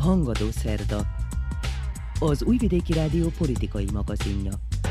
Hangadó szerda, az Újvidéki Rádió politikai magazinja.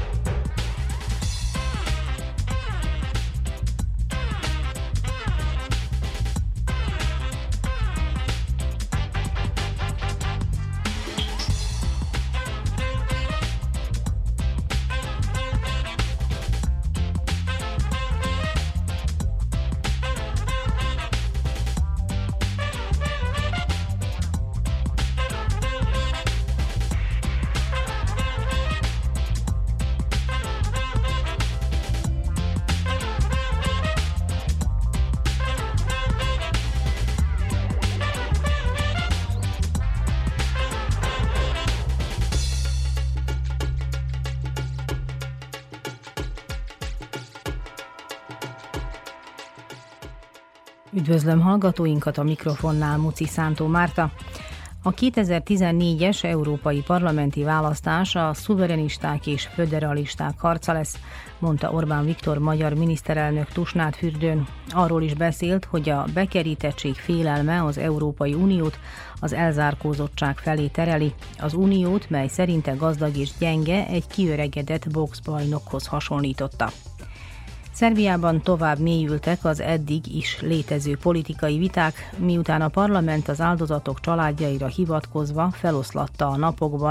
Üdvözlöm hallgatóinkat, a mikrofonnál Muci Szántó Márta. A 2014-es európai parlamenti választás a szuverenisták és föderalisták harca lesz, mondta Orbán Viktor magyar miniszterelnök Tusnádfürdőn. Arról is beszélt, hogy a bekerítettség félelme az Európai Uniót az elzárkózottság felé tereli. Az uniót, mely szerinte gazdag és gyenge, egy kiöregedett boxbajnokhoz hasonlította. Szerbiában tovább mélyültek az eddig is létező politikai viták, miután a parlament az áldozatok családjaira hivatkozva feloszlatta a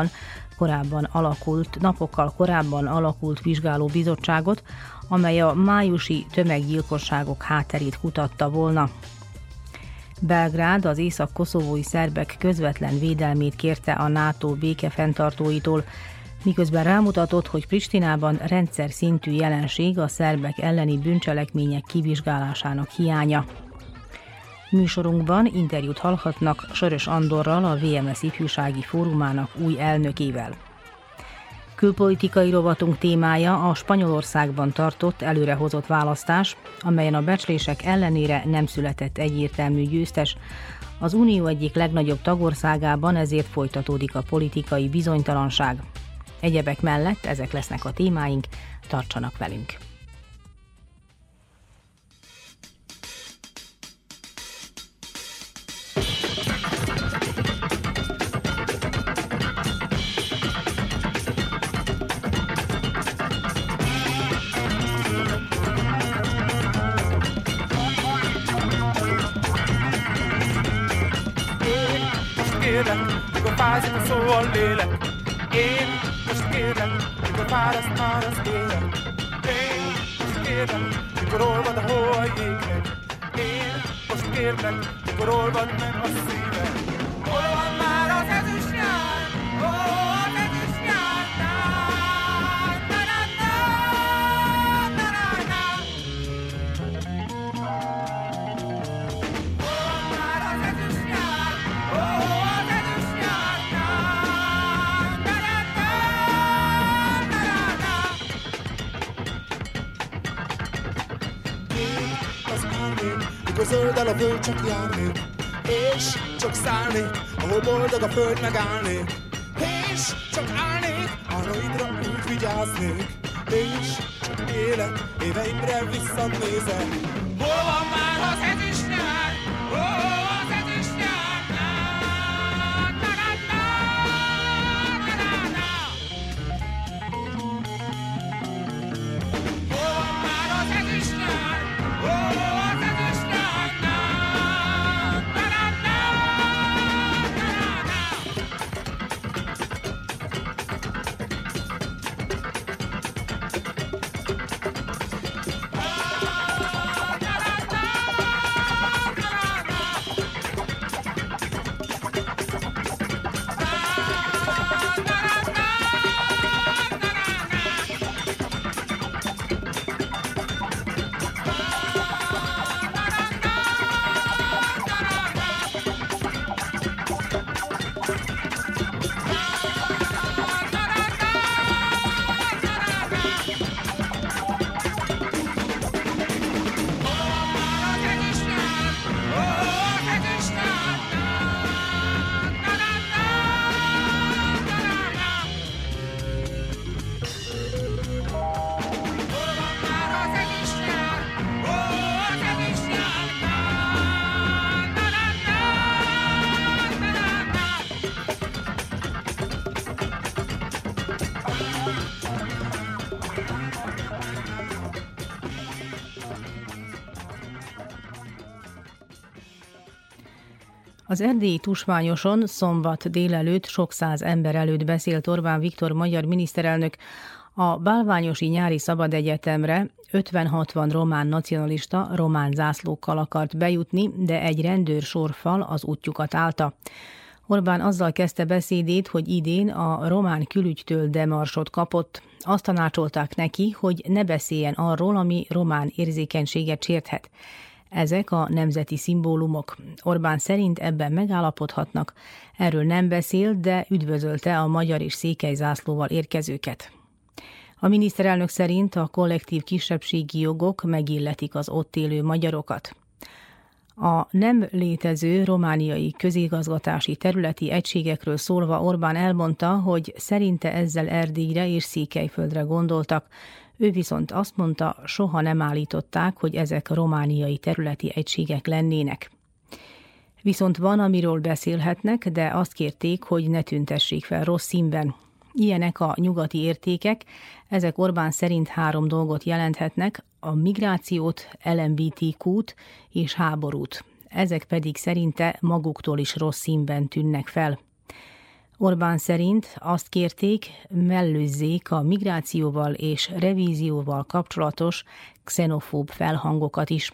napokkal korábban alakult vizsgálóbizottságot, amely a májusi tömeggyilkosságok hátterét kutatta volna. Belgrád az észak-koszovói szerbek közvetlen védelmét kérte a NATO békefenntartóitól, miközben rámutatott, hogy Pristinában rendszer szintű jelenség a szerbek elleni bűncselekmények kivizsgálásának hiánya. Műsorunkban interjút hallhatnak Sörös Andorral, a VMS ifjúsági fórumának új elnökével. Külpolitikai rovatunk témája a Spanyolországban tartott előrehozott választás, amelyen a becslések ellenére nem született egyértelmű győztes. Az Unió egyik legnagyobb tagországában ezért folytatódik a politikai bizonytalanság. Egyebek mellett ezek lesznek a témáink, tartsanak velünk! Kérlek, mikor fázik a szó a lélek. Én most kérlek, mikor fáraszt már az élet. Én most kérlek, mikor olvad a hó a jégnek. Én most kérlek, mikor olvad meg a szívem. Hol van már az ezüst nyár? Ó, az ezüst nyár! Hol van már az ezüst nyár? Ó, az ezüst nyár! Mikor zöld el a föld, csak járnék, és csak szállnék, ahol boldog a föld, megállnék. És csak állnék, arraidra úgy vigyáznék, és csak élek, éveimre visszanézek. Hol van már az ezüst nyár? Ó, az ezüst nyár! Hol van már az ezüst nyár? Ó, az ezüst nyár! Az erdélyi Tusványoson szombat délelőtt sok száz ember előtt beszélt Orbán Viktor magyar miniszterelnök. A Bálványosi Nyári Szabadegyetemre 50-60 román nacionalista román zászlókkal akart bejutni, de egy rendőrsorfal az útjukat állta. Orbán azzal kezdte beszédét, hogy idén a román külügytől demarsot kapott. Azt tanácsolták neki, hogy ne beszéljen arról, ami román érzékenységet sérthet. Ezek a nemzeti szimbólumok. Orbán szerint ebben megállapodhatnak. Erről nem beszélt, de üdvözölte a magyar és székely zászlóval érkezőket. A miniszterelnök szerint a kollektív kisebbségi jogok megilletik az ott élő magyarokat. A nem létező romániai közigazgatási területi egységekről szólva Orbán elmondta, hogy szerinte ezzel Erdélyre és Székelyföldre gondoltak. Ő viszont azt mondta, soha nem állították, hogy ezek romániai területi egységek lennének. Viszont van, amiről beszélhetnek, de azt kérték, hogy ne tüntessék fel rossz színben. Ilyenek a nyugati értékek, ezek Orbán szerint 3 dolgot jelenthetnek, a migrációt, LMBTQ-t és háborút. Ezek pedig szerinte maguktól is rossz színben tűnnek fel. Orbán szerint azt kérték, mellőzzék a migrációval és revízióval kapcsolatos xenofób felhangokat is.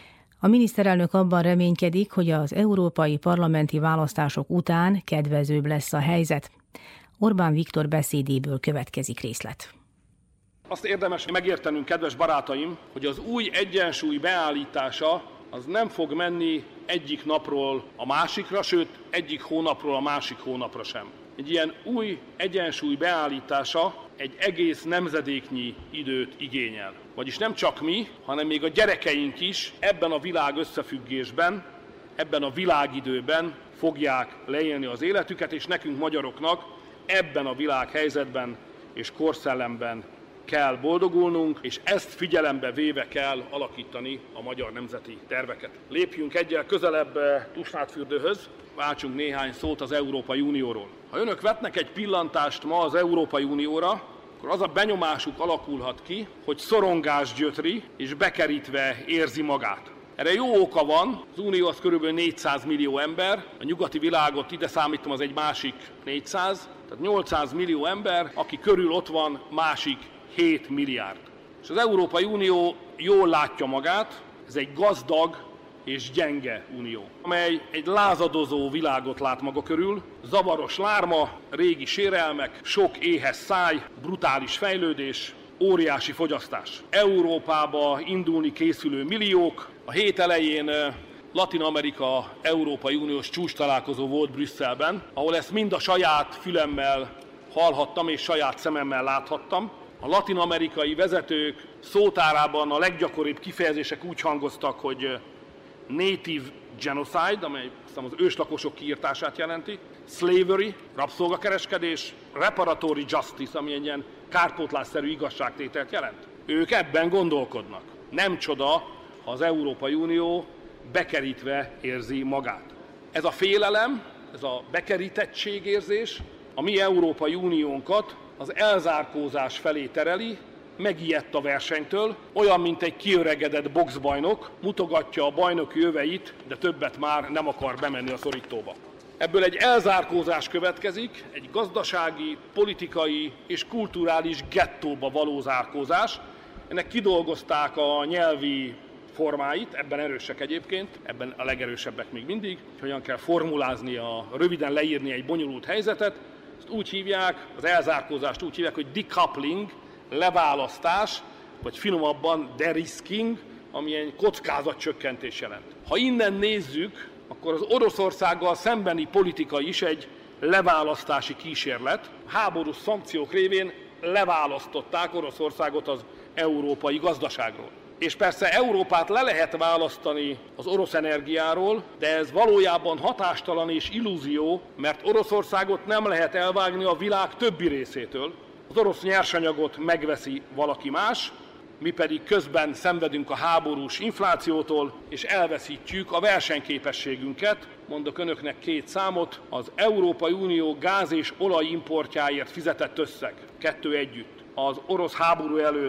A miniszterelnök abban reménykedik, hogy az európai parlamenti választások után kedvezőbb lesz a helyzet. Orbán Viktor beszédéből következik részlet. Azt érdemes megértenünk, kedves barátaim, hogy az új egyensúly beállítása az nem fog menni egyik napról a másikra, sőt egyik hónapról a másik hónapra sem. Egy ilyen új egyensúly beállítása egy egész nemzedéknyi időt igényel. Vagyis nem csak mi, hanem még a gyerekeink is ebben a világ összefüggésben, ebben a világidőben fogják leélni az életüket, és nekünk magyaroknak ebben a világhelyzetben és korszellemben kell boldogulnunk, és ezt figyelembe véve kell alakítani a magyar nemzeti terveket. Lépjünk egyel közelebb Tusnádfürdőhöz, váltsunk néhány szót az Európai Unióról. Ha önök vetnek egy pillantást ma az Európai Unióra, akkor az a benyomásuk alakulhat ki, hogy szorongás gyötri és bekerítve érzi magát. Erre jó oka van, az Unió az körülbelül 400 millió ember, a nyugati világot ide számítom, az egy másik 400, tehát 800 millió ember, aki körül ott van másik 7 milliárd. És az Európai Unió jól látja magát, ez egy gazdag és gyenge unió, amely egy lázadozó világot lát maga körül, zavaros lárma, régi sérelmek, sok éhes száj, brutális fejlődés, óriási fogyasztás. Európába indulni készülő milliók, a hét elején Latin-Amerika Európai Uniós csúcstalálkozó volt Brüsszelben, ahol ezt mind a saját fülemmel hallhattam és saját szememmel láthattam. A latin-amerikai vezetők szótárában a leggyakoribb kifejezések úgy hangoztak, hogy native genocide, amely az őslakosok kiirtását jelenti, slavery, rabszolgakereskedés, reparatory justice, ami egy ilyen kárpótlásszerű igazságtételt jelent. Ők ebben gondolkodnak. Nem csoda, ha az Európai Unió bekerítve érzi magát. Ez a félelem, ez a bekerítettségérzés a mi Európai Uniónkat az elzárkózás felé tereli, megijedt a versenytől, olyan, mint egy kiöregedett boxbajnok, mutogatja a bajnoki jöveit, de többet már nem akar bemenni a szorítóba. Ebből egy elzárkózás következik, egy gazdasági, politikai és kulturális gettóba való zárkózás. Ennek kidolgozták a nyelvi formáit, ebben erősek egyébként, ebben a legerősebbek még mindig, hogy hogyan kell röviden leírni egy bonyolult helyzetet. Ezt úgy hívják, az elzárkózást úgy hívják, hogy decoupling, leválasztás, vagy finomabban de-risking, ami egy kockázatcsökkentés jelent. Ha innen nézzük, akkor az Oroszországgal szembeni politika is egy leválasztási kísérlet. Háborús szankciók révén leválasztották Oroszországot az európai gazdaságról. És persze Európát le lehet választani az orosz energiáról, de ez valójában hatástalan és illúzió, mert Oroszországot nem lehet elvágni a világ többi részétől. Az orosz nyersanyagot megveszi valaki más, mi pedig közben szenvedünk a háborús inflációtól, és elveszítjük a versenyképességünket. Mondok önöknek 2 számot, az Európai Unió gáz- és olajimportjáért fizetett összeg, 2 együtt. Az orosz háború előtt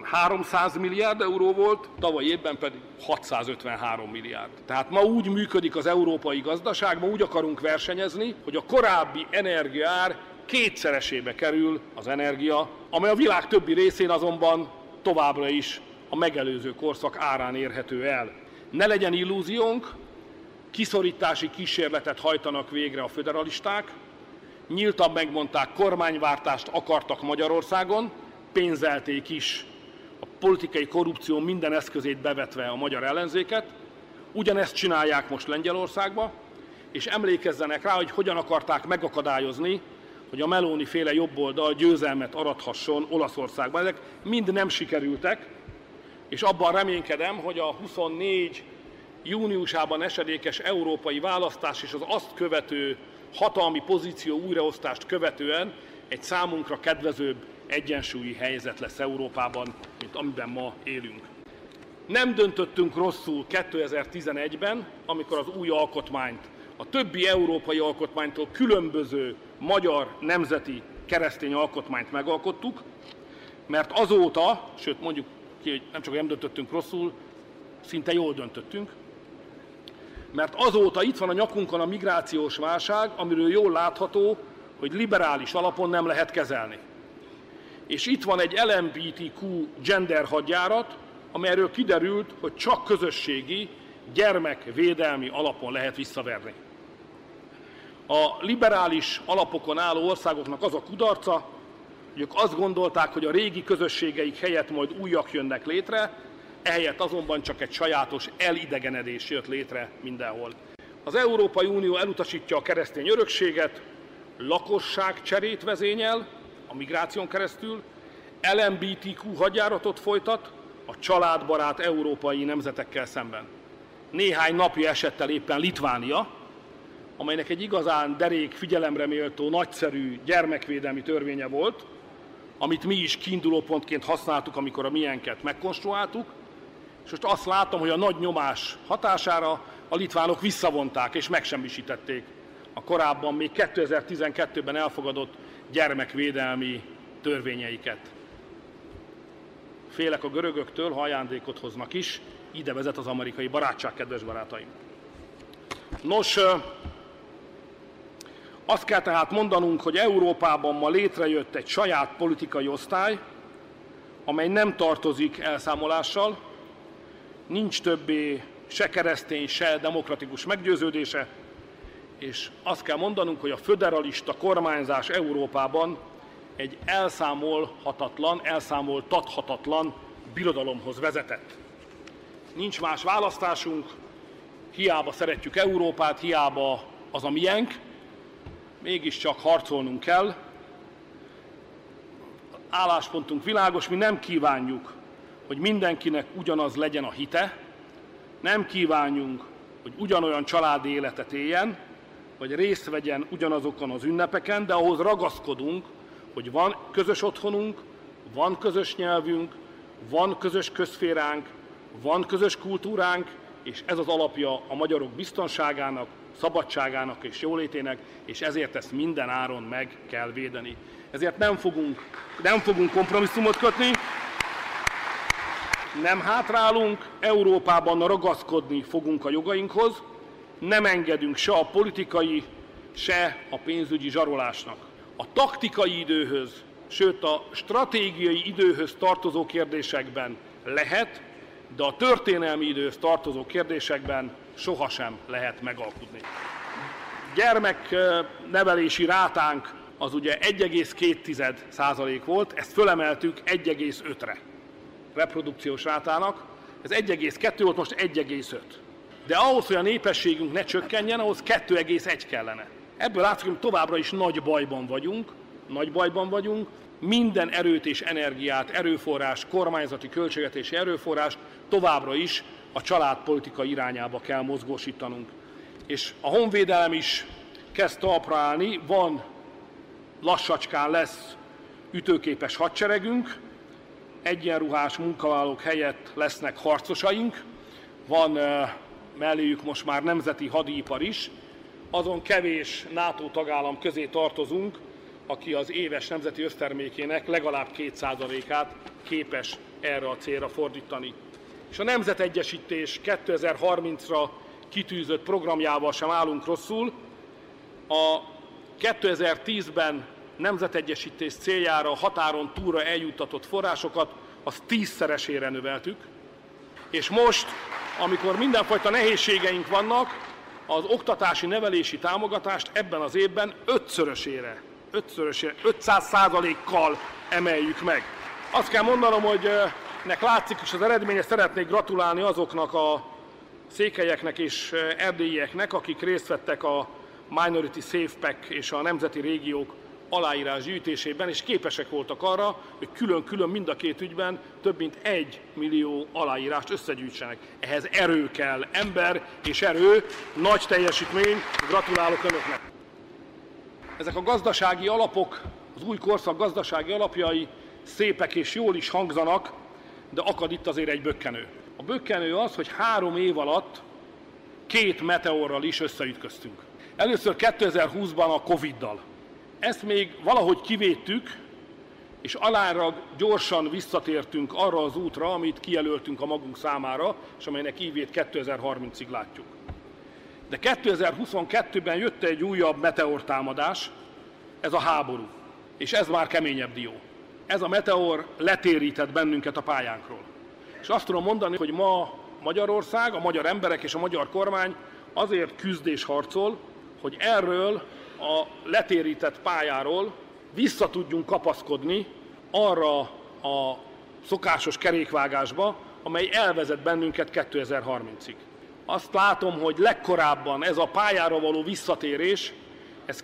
300 milliárd euró volt, tavaly évben pedig 653 milliárd. Tehát ma úgy működik az európai gazdaság, ma úgy akarunk versenyezni, hogy a korábbi energiaár kétszeresébe kerül az energia, amely a világ többi részén azonban továbbra is a megelőző korszak árán érhető el. Ne legyen illúziónk, kiszorítási kísérletet hajtanak végre a föderalisták, nyíltan megmondták, kormányváltást akartak Magyarországon, pénzelték is a politikai korrupció minden eszközét bevetve a magyar ellenzéket. Ugyanezt csinálják most Lengyelországban, és emlékezzenek rá, hogy hogyan akarták megakadályozni, hogy a Meloni-féle jobboldal győzelmet arathasson Olaszországban. Ezek mind nem sikerültek, és abban reménykedem, hogy a 24 júniusában esedékes európai választás és az azt követő hatalmi pozíció újraosztást követően egy számunkra kedvezőbb egyensúlyi helyzet lesz Európában, mint amiben ma élünk. Nem döntöttünk rosszul 2011-ben, amikor az új alkotmányt, a többi európai alkotmánytól különböző magyar nemzeti keresztény alkotmányt megalkottuk, mert azóta, sőt mondjuk ki, hogy nem csak nem döntöttünk rosszul, szinte jól döntöttünk, mert azóta itt van a nyakunkon a migrációs válság, amiről jól látható, hogy liberális alapon nem lehet kezelni. És itt van egy LMBTQ gender hadjárat, amelyről kiderült, hogy csak közösségi, gyermekvédelmi alapon lehet visszaverni. A liberális alapokon álló országoknak az a kudarca, hogy ők azt gondolták, hogy a régi közösségeik helyett majd újak jönnek létre, ehelyett azonban csak egy sajátos elidegenedés jött létre mindenhol. Az Európai Unió elutasítja a keresztény örökséget, lakosságcserét vezényel a migráción keresztül, LMBTQ hadjáratot folytat a családbarát európai nemzetekkel szemben. Néhány napja esett el éppen Litvánia, amelynek egy igazán derék, figyelemre méltó, nagyszerű gyermekvédelmi törvénye volt, amit mi is kiindulópontként használtuk, amikor a miénket megkonstruáltuk, és most azt látom, hogy a nagy nyomás hatására a litvánok visszavonták és megsemmisítették a korábban, még 2012-ben elfogadott gyermekvédelmi törvényeiket. Félek a görögöktől, ha ajándékot hoznak is, ide vezet az amerikai barátság, kedves barátaim. Nos, azt kell tehát mondanunk, hogy Európában ma létrejött egy saját politikai osztály, amely nem tartozik elszámolással, nincs többé se keresztény, se demokratikus meggyőződése, és azt kell mondanunk, hogy a föderalista kormányzás Európában egy elszámoltathatatlan birodalomhoz vezetett. Nincs más választásunk, hiába szeretjük Európát, hiába az a miénk, mégiscsak harcolnunk kell. Álláspontunk világos, mi nem kívánjuk, hogy mindenkinek ugyanaz legyen a hite, nem kívánjunk, hogy ugyanolyan családi életet éljen, vagy részt vegyen ugyanazokon az ünnepeken, de ahhoz ragaszkodunk, hogy van közös otthonunk, van közös nyelvünk, van közös közszféránk, van közös kultúránk, és ez az alapja a magyarok biztonságának, szabadságának és jólétének, és ezért ezt minden áron meg kell védeni. Ezért nem fogunk kompromisszumot kötni, nem hátrálunk, Európában ragaszkodni fogunk a jogainkhoz, nem engedünk se a politikai, se a pénzügyi zsarolásnak. A taktikai időhöz, sőt a stratégiai időhöz tartozó kérdésekben lehet, de a történelmi időhöz tartozó kérdésekben sohasem lehet megalkudni. Gyermeknevelési rátánk az ugye 1,2% volt, ezt fölemeltük 1,5-re reprodukciós rátának, ez 1,2 volt, most 1,5. De ahhoz, hogy a népességünk ne csökkenjen, ahhoz 2,1 kellene. Ebből látszik, hogy továbbra is nagy bajban vagyunk, minden erőt és energiát, erőforrás, kormányzati költségvetési erőforrást továbbra is a családpolitika irányába kell mozgósítanunk. És a honvédelem is kezd talpra állni, lassacskán lesz ütőképes hadseregünk, egyenruhás munkavállalók helyett lesznek harcosaink, van melléjük most már nemzeti hadipar is, azon kevés NATO tagállam közé tartozunk, aki az éves nemzeti össztermékének legalább 2%-át képes erre a célra fordítani. És a nemzetegyesítés 2030-ra kitűzött programjával sem állunk rosszul. A 2010-ben nemzetegyesítés céljára határon túlra eljuttatott forrásokat az 10-szeresére növeltük, és most, amikor mindenfajta nehézségeink vannak, az oktatási nevelési támogatást ebben az évben 5-szörösére, 500%-kal emeljük meg. Azt kell mondanom, hogy nek látszik is az eredménye, szeretnék gratulálni azoknak a székelyeknek és erdélyieknek, akik részt vettek a Minority Safe Pack és a nemzeti régiók aláírás gyűjtésében, és képesek voltak arra, hogy külön-külön mind a két ügyben több mint 1 millió aláírást összegyűjtsenek. Ehhez erő kell, ember és erő, nagy teljesítmény, gratulálok Önöknek! Ezek a gazdasági alapok, az új korszak gazdasági alapjai szépek és jól is hangzanak, de akad itt azért egy bökkenő. A bökkenő az, hogy 3 év alatt 2 meteorral is összeütköztünk. Először 2020-ban a Covid-dal. Ezt még valahogy kivédtük, és alárag gyorsan visszatértünk arra az útra, amit kijelöltünk a magunk számára, és amelynek ívét 2030-ig látjuk. De 2022-ben jött egy újabb meteortámadás, ez a háború, és ez már keményebb dió. Ez a meteor letérített bennünket a pályánkról. És azt tudom mondani, hogy ma Magyarország, a magyar emberek és a magyar kormány azért küzd és harcol, hogy erről a letérített pályáról vissza tudjunk kapaszkodni arra a szokásos kerékvágásba, amely elvezet bennünket 2030-ig. Azt látom, hogy legkorábban ez a pályára való visszatérés, ez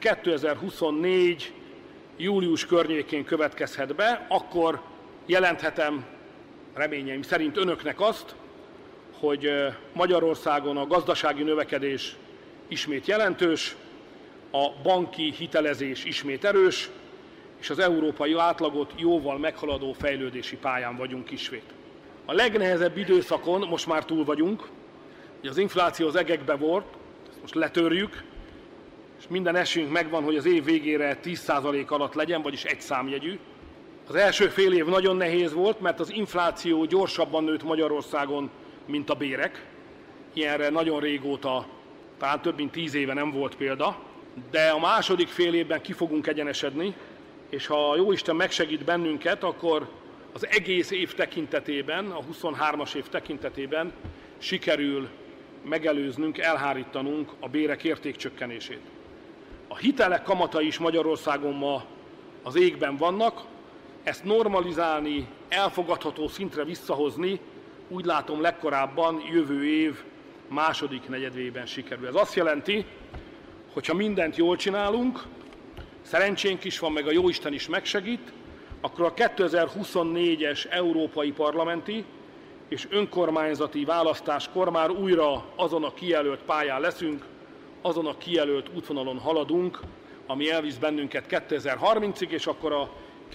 2024. július környékén következhet be, akkor jelenthetem reményeim szerint Önöknek azt, hogy Magyarországon a gazdasági növekedés ismét jelentős, a banki hitelezés ismét erős, és az európai átlagot jóval meghaladó fejlődési pályán vagyunk ismét. A legnehezebb időszakon most már túl vagyunk, hogy az infláció az egekbe volt, ezt most letörjük, és minden esélyünk megvan, hogy az év végére 10% alatt legyen, vagyis egy számjegyű. Az első fél év nagyon nehéz volt, mert az infláció gyorsabban nőtt Magyarországon, mint a bérek. Ilyenre nagyon régóta, talán több mint 10 éve nem volt példa, de a második fél évben ki fogunk egyenesedni, és ha Jóisten megsegít bennünket, akkor az egész év tekintetében, a 23-as év tekintetében sikerül megelőznünk, elhárítanunk a bérek értékcsökkenését. A hitelek kamatai is Magyarországon ma az égben vannak, ezt normalizálni, elfogadható szintre visszahozni, úgy látom legkorábban jövő év második negyedévében sikerül. Ez azt jelenti, hogy ha mindent jól csinálunk, szerencsénk is van, meg a Jóisten is megsegít, akkor a 2024-es európai parlamenti és önkormányzati választáskor már újra azon a kijelölt pályán leszünk, azon a kijelölt útvonalon haladunk, ami elvisz bennünket 2030-ig, és akkor a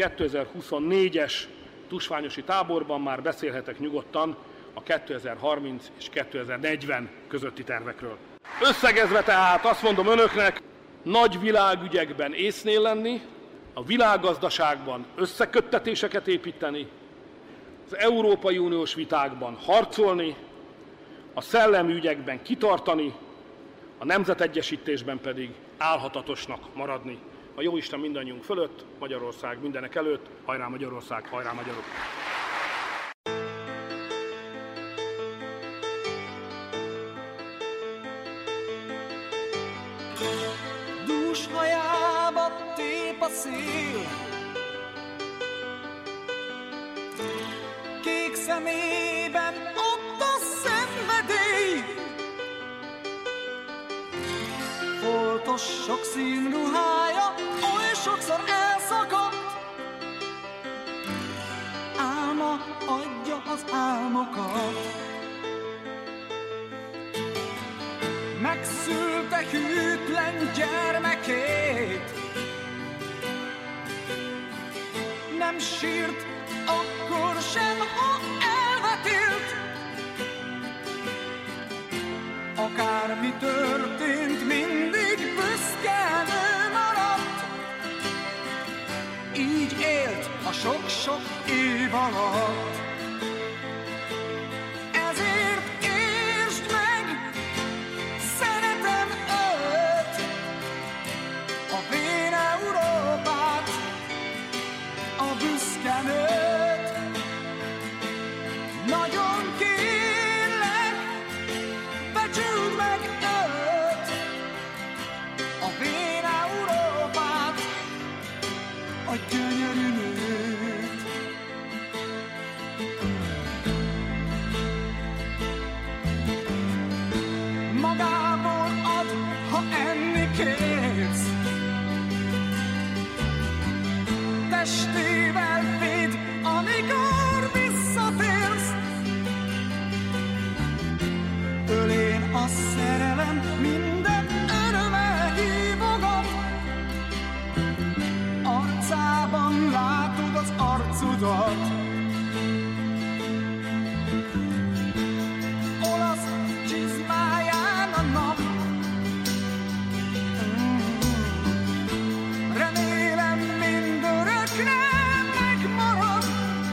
2024-es tusványosi táborban már beszélhetek nyugodtan a 2030 és 2040 közötti tervekről. Összegezve tehát azt mondom Önöknek, nagy világügyekben észnél lenni, a világgazdaságban összeköttetéseket építeni, az Európai Uniós vitákban harcolni, a szellemi ügyekben kitartani, a nemzetegyesítésben pedig álhatatosnak maradni. A Jóisten mindannyiunk fölött, Magyarország mindenek előtt, hajrá Magyarország, hajrá magyarok! Dús hajába tép a szél, kék szemében ott a szenvedély, foltos sok színruhája oly sokszor elszakadt, álma adja az álmokat. Megszülte hűtlen gyermekét, nem sírt akkor sem, ha elvetélt. Akármi történt, mindig büszke nő maradt. Így élt a sok-sok év alatt. magából ad, ha enni kérsz. Testével véd, amikor visszatérsz. Ölén a szerelem minden öröme hívogat. Arcában látod az arcudat. Olasz csizmáján a nap. Remélem mindörökre megmarad.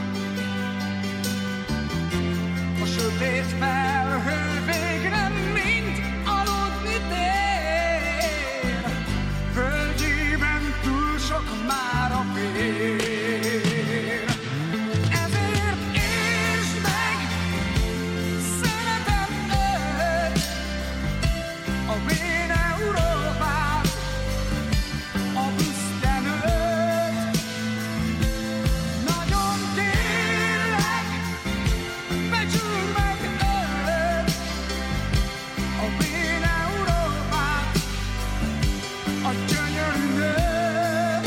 A sötét felhő végre mind aludni tér. Földjében túl sok már a fér. Ezért értsd meg, szeretem őt, a vén Európát, a büszke nőt. Nagyon kérlek, becsüld meg őt, a vén Európát, a gyönyörű nőt.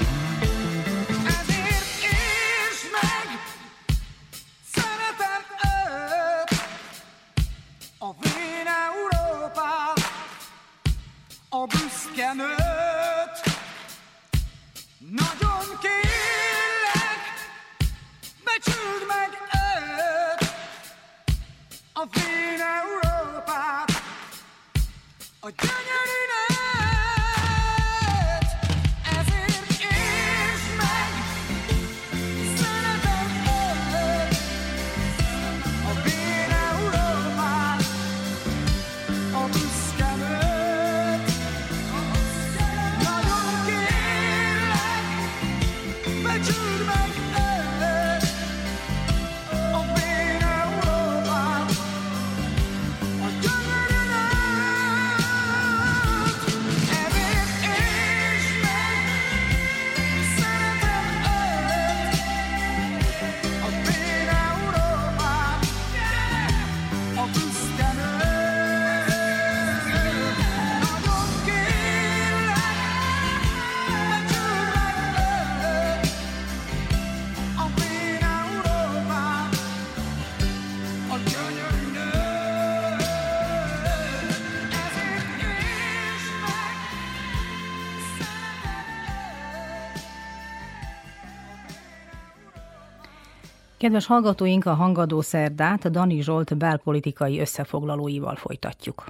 Ezért értsd meg, szeretem őt, a vén Európát, a büszke nőt. Nagyon kérlek, becsüld meg őt, a vén Európát, a gyönyörű nőt. Ezért értsd meg, szeretem őt, a vén Európát, a büszke nőt. Nagyon kérlek, becsüld meg őt, a vén Európát, a gyönyörű nőt. Ezért értsd meg, szeretem őt, a vén Európát, a büszke nőt. Nagyon kérlek, becsüld meg őt, a vén Európát, a gyönyörű nőt. Ezért értsd meg, Kedves hallgatóink, a Hangadó Szerdát a Dani Zsolt belpolitikai összefoglalóival folytatjuk.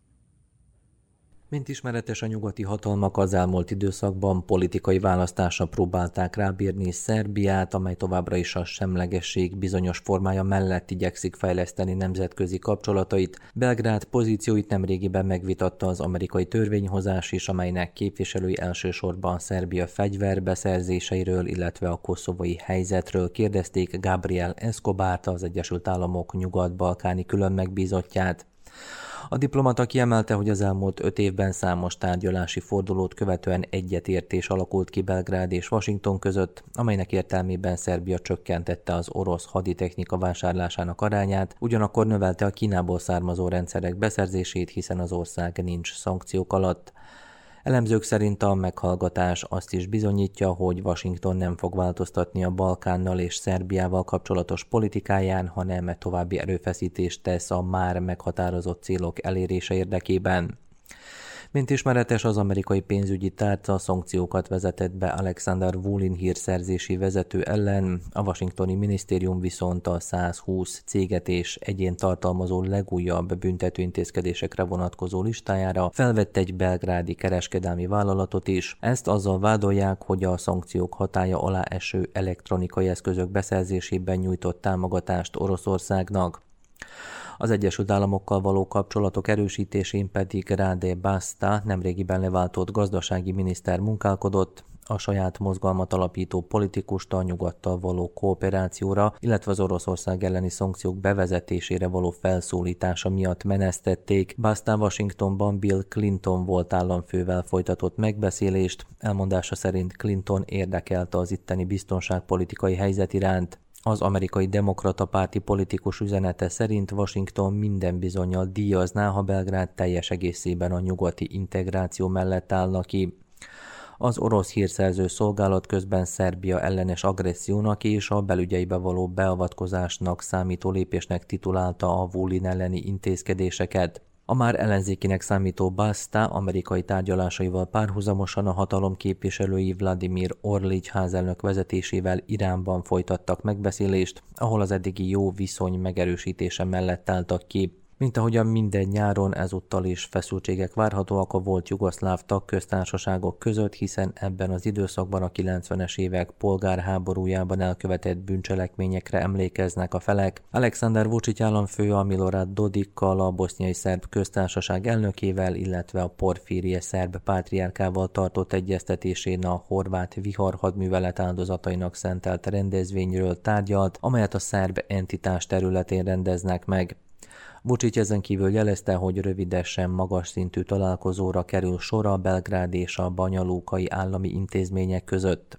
Mint ismeretes, a nyugati hatalmak az elmúlt időszakban politikai választásra próbálták rábírni Szerbiát, amely továbbra is a semlegesség bizonyos formája mellett igyekszik fejleszteni nemzetközi kapcsolatait. Belgrád pozícióit nemrégiben megvitatta az amerikai törvényhozás is, amelynek képviselői elsősorban Szerbia fegyverbeszerzéseiről, illetve a koszovói helyzetről kérdezték Gabriel Escobart, az Egyesült Államok nyugat-balkáni külön megbízottját. A diplomata kiemelte, hogy az elmúlt 5 évben számos tárgyalási fordulót követően egyetértés alakult ki Belgrád és Washington között, amelynek értelmében Szerbia csökkentette az orosz haditechnika vásárlásának arányát, ugyanakkor növelte a Kínából származó rendszerek beszerzését, hiszen az ország nincs szankciók alatt. Elemzők szerint a meghallgatás azt is bizonyítja, hogy Washington nem fog változtatni a Balkánnal és Szerbiával kapcsolatos politikáján, hanem további erőfeszítést tesz a már meghatározott célok elérése érdekében. Mint ismeretes, az amerikai pénzügyi tárca szankciókat vezetett be Alexander Vulin hírszerzési vezető ellen, a washingtoni minisztérium viszont a 120 céget és egyént tartalmazó legújabb büntetőintézkedésekre vonatkozó listájára felvett egy belgrádi kereskedelmi vállalatot is. Ezt azzal vádolják, hogy a szankciók hatálya alá eső elektronikai eszközök beszerzésében nyújtott támogatást Oroszországnak. Az Egyesült Államokkal való kapcsolatok erősítésén pedig Rade Basta, nemrégiben leváltott gazdasági miniszter munkálkodott, a saját mozgalmat alapító politikust a nyugattal való kooperációra, illetve az Oroszország elleni szankciók bevezetésére való felszólítása miatt menesztették. Basta Washingtonban Bill Clinton volt államfővel folytatott megbeszélést, elmondása szerint Clinton érdekelte az itteni biztonságpolitikai helyzet iránt. Az amerikai demokrata párti politikus üzenete szerint Washington minden bizonnyal díjazná, ha Belgrád teljes egészében a nyugati integráció mellett állna ki. Az orosz hírszerző szolgálat közben Szerbia ellenes agressziónak és a belügyeibe való beavatkozásnak számító lépésnek titulálta a Vulin elleni intézkedéseket. A már ellenzékinek számító Basta amerikai tárgyalásaival párhuzamosan a hatalom képviselői Vladimir Orlics házelnök vezetésével Iránban folytattak megbeszélést, ahol az eddigi jó viszony megerősítése mellett álltak ki. Mint ahogyan minden nyáron, ezúttal is feszültségek várhatóak a volt jugoszláv tagköztársaságok között, hiszen ebben az időszakban a 90-es évek polgárháborújában elkövetett bűncselekményekre emlékeznek a felek. Aleksandar Vučić államfő a Milorad Dodikkal, a boszniai szerb köztársaság elnökével, illetve a Porfirije szerb pátriárkával tartott egyeztetésén a horvát vihar hadművelet áldozatainak szentelt rendezvényről tárgyalt, amelyet a szerb entitás területén rendeznek meg. Vučić ezen kívül jelezte, hogy rövidesen magas szintű találkozóra kerül sor a Belgrád és a banyalukai állami intézmények között.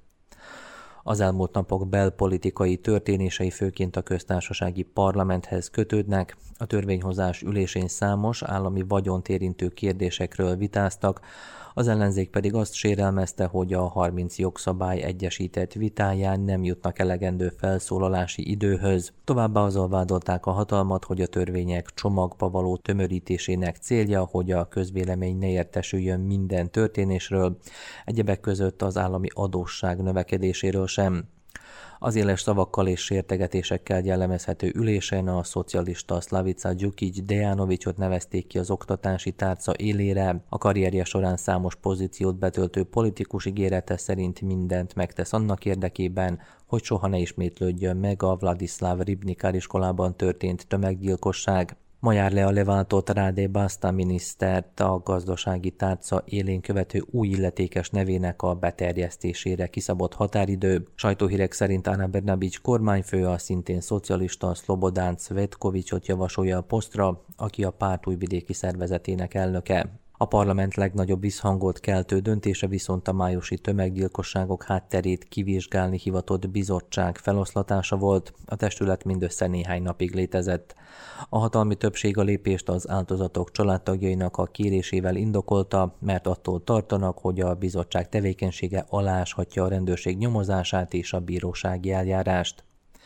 Az elmúlt napok belpolitikai történései főként a köztársasági parlamenthez kötődnek, a törvényhozás ülésén számos állami vagyont érintő kérdésekről vitáztak, az ellenzék pedig azt sérelmezte, hogy a 30 jogszabály egyesített vitáján nem jutnak elegendő felszólalási időhöz. Továbbá azzal vádolták a hatalmat, hogy a törvények csomagba való tömörítésének célja, hogy a közvélemény ne értesüljön minden történésről, egyebek között az állami adósság növekedéséről sem. Az éles szavakkal és sértegetésekkel jellemezhető ülésen a szocialista Slavica Đukić-Dejanovićot nevezték ki az oktatási tárca élére. A karrierje során számos pozíciót betöltő politikus ígérete szerint mindent megtesz annak érdekében, hogy soha ne ismétlődjön meg a Vladislav Ribnikar iskolában történt tömeggyilkosság. Ma jár le a leváltott Rade Basta minisztert a gazdasági tárca élén követő új illetékes nevének a beterjesztésére kiszabott határidő. Sajtóhírek szerint Ana Brnabić kormányfő a szintén szocialista Slobodan Cvetkovićot javasolja a posztra, aki a párt újvidéki szervezetének elnöke. A parlament legnagyobb visszhangot keltő döntése viszont a májusi tömeggyilkosságok hátterét kivizsgálni hivatott bizottság feloszlatása volt, a testület mindössze néhány napig létezett. A hatalmi többség a lépést az áldozatok családtagjainak a kérésével indokolta, mert attól tartanak, hogy a bizottság tevékenysége aláshatja a rendőrség nyomozását és a bírósági eljárást.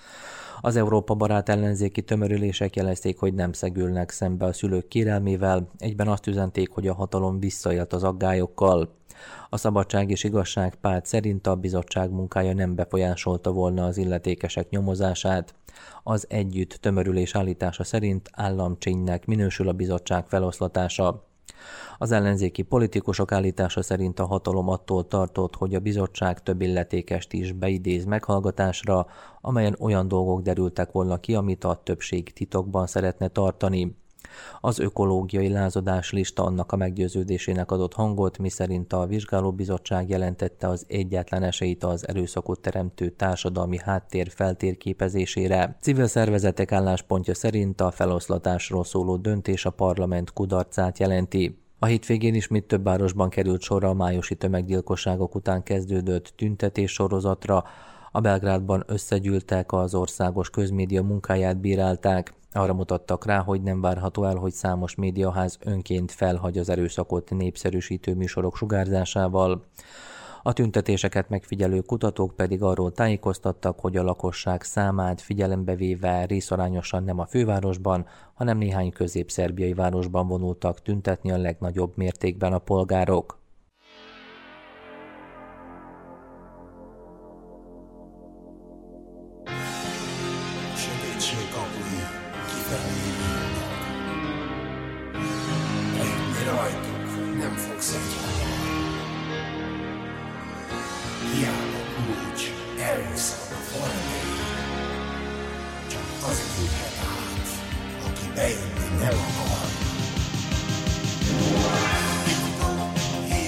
Az Európa barát ellenzéki tömörülések jelezték, hogy nem szegülnek szembe a szülők kérelmével, egyben azt üzenték, hogy a hatalom visszaélt az aggályokkal. A Szabadság és Igazság párt szerint a bizottság munkája nem befolyásolta volna az illetékesek nyomozását. Az Együtt tömörülés állítása szerint államcsénynek minősül a bizottság feloszlatása. Az ellenzéki politikusok állítása szerint a hatalom attól tartott, hogy a bizottság több illetékest is beidéz meghallgatásra, amelyen olyan dolgok derültek volna ki, amit a többség titokban szeretne tartani. Az ökológiai lázadás lista annak a meggyőződésének adott hangot, miszerint a vizsgálóbizottság jelentette az egyetlen esélyt az erőszakot teremtő társadalmi háttér feltérképezésére. Civil szervezetek álláspontja szerint a feloszlatásról szóló döntés a parlament kudarcát jelenti. A hétvégén ismét több városban került sor a májusi tömeggyilkosságok után kezdődött tüntetés sorozatra. A Belgrádban összegyűltek, az országos közmédia munkáját bírálták. Arra mutattak rá, hogy nem várható el, hogy számos médiaház önként felhagy az erőszakot népszerűsítő műsorok sugárzásával. A tüntetéseket megfigyelő kutatók pedig arról tájékoztattak, hogy a lakosság számát figyelembe véve részarányosan nem a fővárosban, hanem néhány közép-szerbiai városban vonultak tüntetni a legnagyobb mértékben a polgárok. Nem fogsz egyáltalán. Hiába kulcs, erőszak a formai. Csak az ülhet át, aki bejönni nem akar. Itt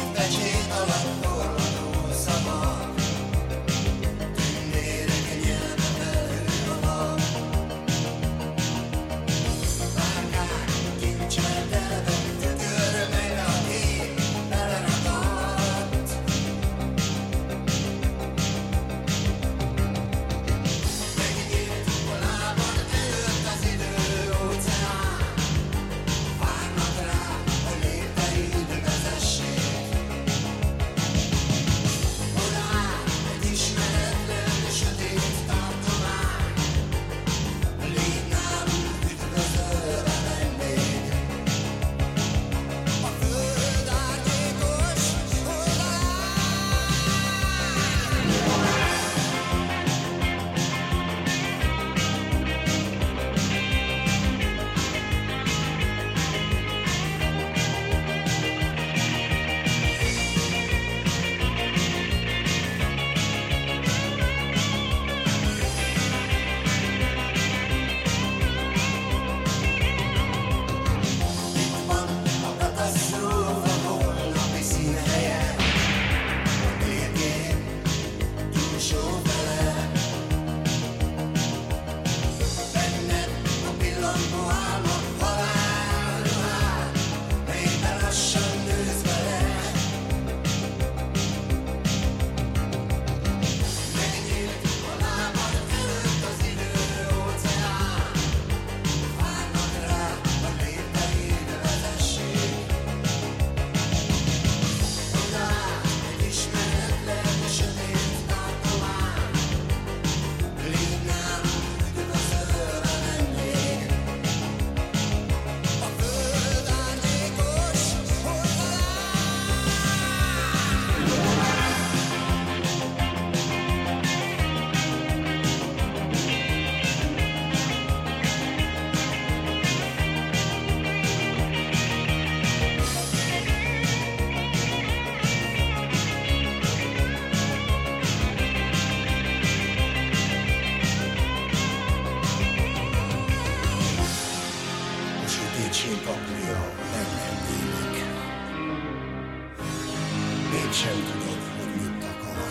mégsem tudod, hogy mit akar.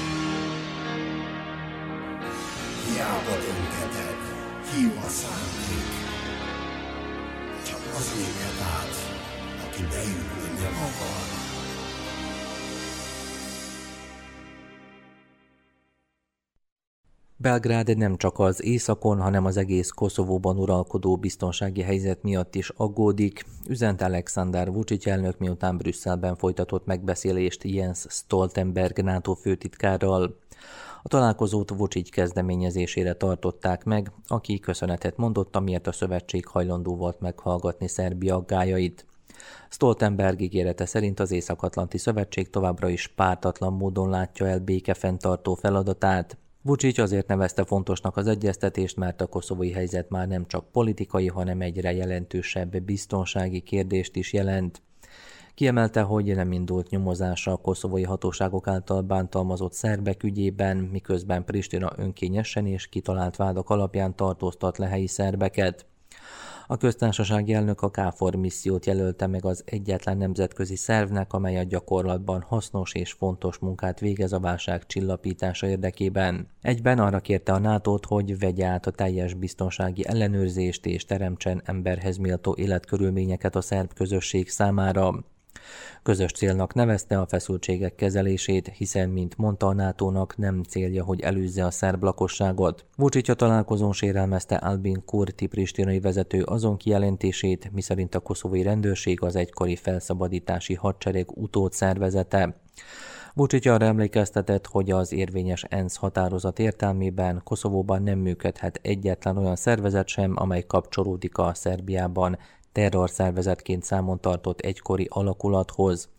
Hiába dönteted, hiú a szándék. Csak az léphet át, aki beindulni nem akar. Belgrád nem csak az északon, hanem az egész Koszovóban uralkodó biztonsági helyzet miatt is aggódik, üzent Aleksandar Vučić elnök, miután Brüsszelben folytatott megbeszélést Jens Stoltenberg NATO főtitkárral. A találkozót Vučić kezdeményezésére tartották meg, aki köszönetet mondott, amiért a szövetség hajlandó volt meghallgatni Szerbia aggályait. Stoltenberg ígérete szerint az Észak-Atlanti Szövetség továbbra is pártatlan módon látja el békefenntartó feladatát. Vučić azért nevezte fontosnak az egyeztetést, mert a koszovói helyzet már nem csak politikai, hanem egyre jelentősebb biztonsági kérdést is jelent. Kiemelte, hogy nem indult nyomozásra a koszovói hatóságok által bántalmazott szerbek ügyében, miközben Pristina önkényesen és kitalált vádak alapján tartóztat le helyi szerbeket. A köztársasági elnök a KFOR missziót jelölte meg az egyetlen nemzetközi szervnek, amely a gyakorlatban hasznos és fontos munkát végez a válság csillapítása érdekében. Egyben arra kérte a NATO-t, hogy vegye át a teljes biztonsági ellenőrzést és teremtsen emberhez méltó életkörülményeket a szerb közösség számára. Közös célnak nevezte a feszültségek kezelését, hiszen, mint mondta, a NATO-nak nem célja, hogy elűzze a szerb lakosságot. Vučić a találkozón sérelmezte Albin Kurti pristinai vezető azon kijelentését, miszerint a koszovói rendőrség az egykori felszabadítási hadsereg utódszervezete. Vučić arra emlékeztetett, hogy az érvényes ENSZ határozat értelmében Koszovóban nem működhet egyetlen olyan szervezet sem, amely kapcsolódik a Szerbiában terrorszervezetként számon tartott egykori alakulathoz.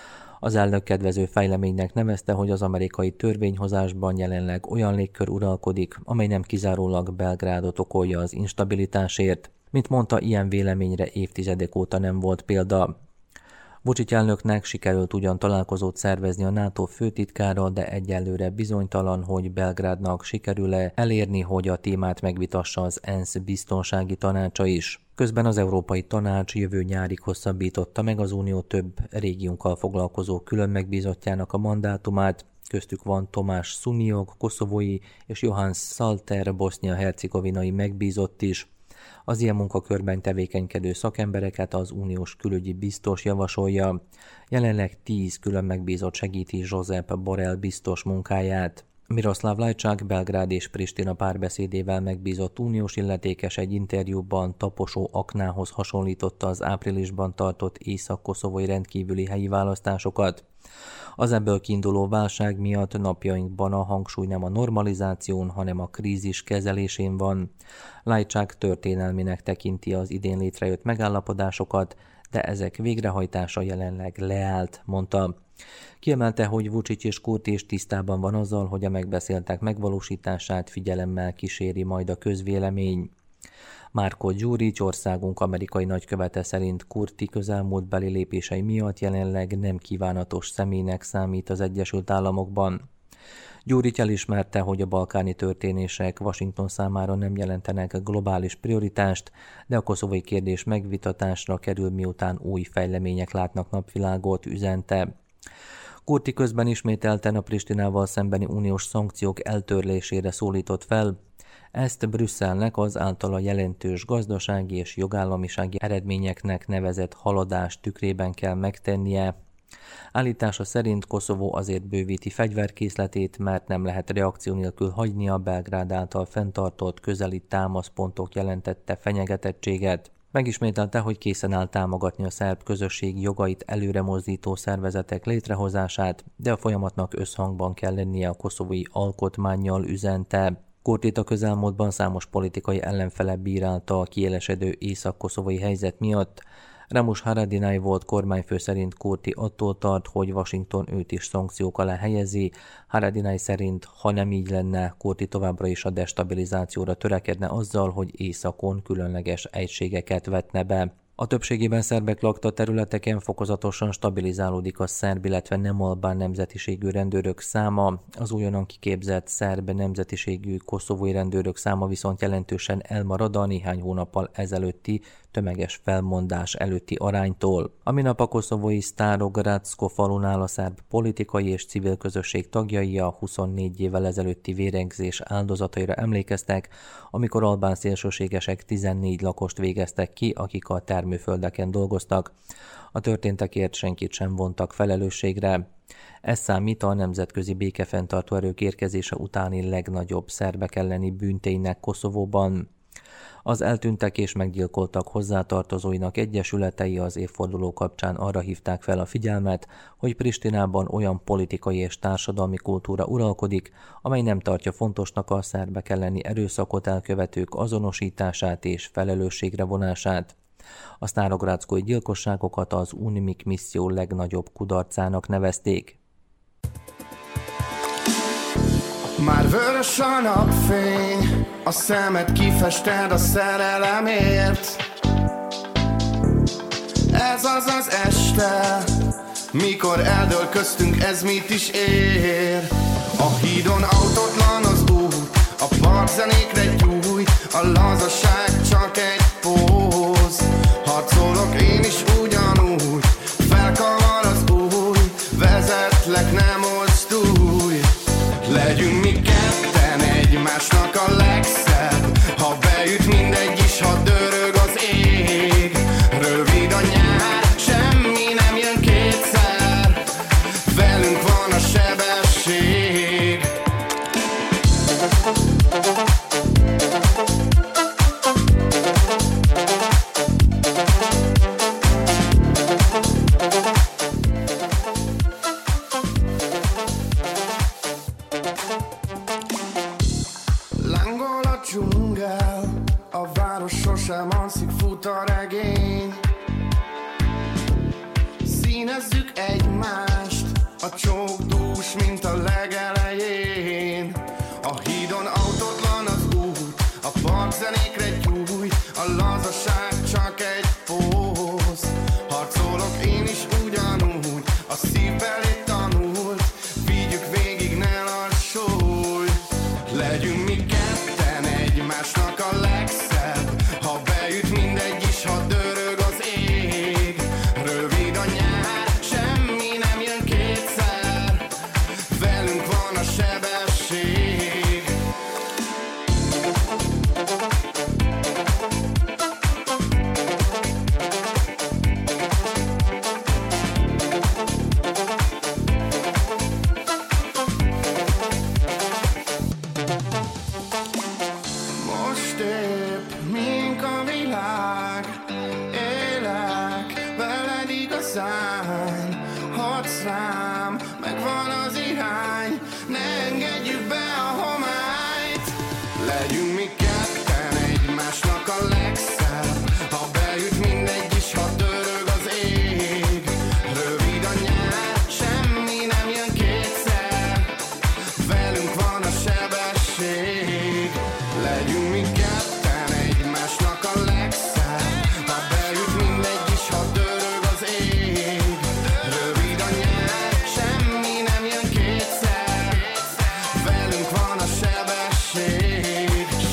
Az elnök kedvező fejleménynek nevezte, hogy az amerikai törvényhozásban jelenleg olyan légkör uralkodik, amely nem kizárólag Belgrádot okolja az instabilitásért. Mint mondta, ilyen véleményre évtizedek óta nem volt példa. Vučić elnöknek sikerült ugyan találkozót szervezni a NATO főtitkárral, de egyelőre bizonytalan, hogy Belgrádnak sikerül-e elérni, hogy a témát megvitassa az ENSZ biztonsági tanácsa is. Közben az Európai Tanács jövő nyárig hosszabbította meg az Unió több régiónkkal foglalkozó külön megbízottjának a mandátumát, köztük van Tomás Szuniog, koszovói és Johannes Salter, bosznia-hercegovinai megbízott is. Az ilyen munkakörben tevékenykedő szakembereket az uniós külügyi biztos javasolja. Jelenleg 10 külön megbízott segíti Josep Borrell biztos munkáját. Miroslav Lajčák, Belgrád és Pristina párbeszédével megbízott uniós illetékes egy interjúban taposó aknához hasonlította az áprilisban tartott észak-koszovói rendkívüli helyi választásokat. Az ebből kiinduló válság miatt napjainkban a hangsúly nem a normalizáción, hanem a krízis kezelésén van. Lajčák történelminek tekinti az idén létrejött megállapodásokat, de ezek végrehajtása jelenleg leállt, mondta. Kiemelte, hogy Vučić és Kurti is tisztában van azzal, hogy a megbeszéltek megvalósítását figyelemmel kíséri majd a közvélemény. Marko Đurić, országunk amerikai nagykövete szerint Kurti közelmúltbeli lépései miatt jelenleg nem kívánatos személynek számít az Egyesült Államokban. Đurić elismerte, hogy a balkáni történések Washington számára nem jelentenek globális prioritást, de a koszovói kérdés megvitatásra kerül, miután új fejlemények látnak napvilágot, üzente. Kurti közben ismételten a Pristinával szembeni uniós szankciók eltörlésére szólított fel. Ezt Brüsszelnek az általa jelentős gazdasági és jogállamisági eredményeknek nevezett haladás tükrében kell megtennie. Állítása szerint Koszovó azért bővíti fegyverkészletét, mert nem lehet reakció nélkül hagyni a Belgrád által fenntartott közeli támaszpontok jelentette fenyegetettséget. Megismételte, hogy készen áll támogatni a szerb közösség jogait előre mozdító szervezetek létrehozását, de a folyamatnak összhangban kell lennie a koszovói alkotmánnyal, üzente. Kurtit a közelmúltban számos politikai ellenfele bírálta a kiélesedő észak-koszovói helyzet miatt. Ramush Haradinaj volt kormányfő szerint Kurti attól tart, hogy Washington őt is szankciók alá helyezi. Haradinaj szerint, ha nem így lenne, Kurti továbbra is a destabilizációra törekedne azzal, hogy északon különleges egységeket vetne be. A többségében szerbek lakta területeken fokozatosan stabilizálódik a szerb, illetve nem albán nemzetiségű rendőrök száma, az újonnan kiképzett szerb nemzetiségű koszovói rendőrök száma viszont jelentősen elmarad a néhány hónappal ezelőtti tömeges felmondás előtti aránytól. A minap a koszovói Starogradsko falunál a szerb politikai és civil közösség tagjai a 24 évvel ezelőtti vérengzés áldozataira emlékeztek, amikor albán szélsőségesek 14 lakost végeztek ki, akik a termőföldeken dolgoztak. A történtekért senkit sem vontak felelősségre. Ez számít a nemzetközi békefenntartó erők érkezése utáni legnagyobb szerbek elleni bűnténynek Koszovóban. Az eltűntek és meggyilkoltak hozzátartozóinak egyesületei az évforduló kapcsán arra hívták fel a figyelmet, hogy Pristinában olyan politikai és társadalmi kultúra uralkodik, amely nem tartja fontosnak a szerbek elleni erőszakot elkövetők azonosítását és felelősségre vonását. A sztárogradszkói gyilkosságokat az UNMIK misszió legnagyobb kudarcának nevezték. Már vörös a napfény, a szemed kifested a szerelemért. Ez az az este, mikor eldől köztünk, ez mit is ér. A hídon autótlan az út, a partzenékre gyújt, a lazaság csak egy póz. Harcolok én is ugyanúgy, felkavar az új, vezetlek, nem mozdulj. Legyünk mi ketten egymásnak a legszebb, ha beüt mindegy is, ha dörög az ég. Rövid a nyár, semmi nem jön kétszer, velünk van a sebesség. Sosem alszik, fut a regény. Színezzük egymást, a csók dús, mint a legelején. A hídon autótlan az út, a partzenékre gyújt, a lazaság csak egy póz. Harcolok én is ugyanúgy, a szívbeli tanult, vigyük végig, ne lassulj. Legyünk mi ketten egymásnak a legszebb, ha beüt mindegy is, ha dörög az ég. Rövid a nyár, semmi nem jön kétszer, velünk van a sebesség. Most épp mink a világ, élek veled igazán. Hatsz rám, megvan az irány, ne engedjük be a homályt. Legyünk mi ketten egymásnak a legszebb, ha beüt mindegy is, ha dörög az ég. Rövid a nyár, semmi nem jön kétszer, velünk van a sebesség. Legyünk mi ketten egymásnak a legszebb, ha beüt mindegy is, ha dörög az ég. Rövid a nyár, semmi nem jön kétszer, velünk van a sebesség.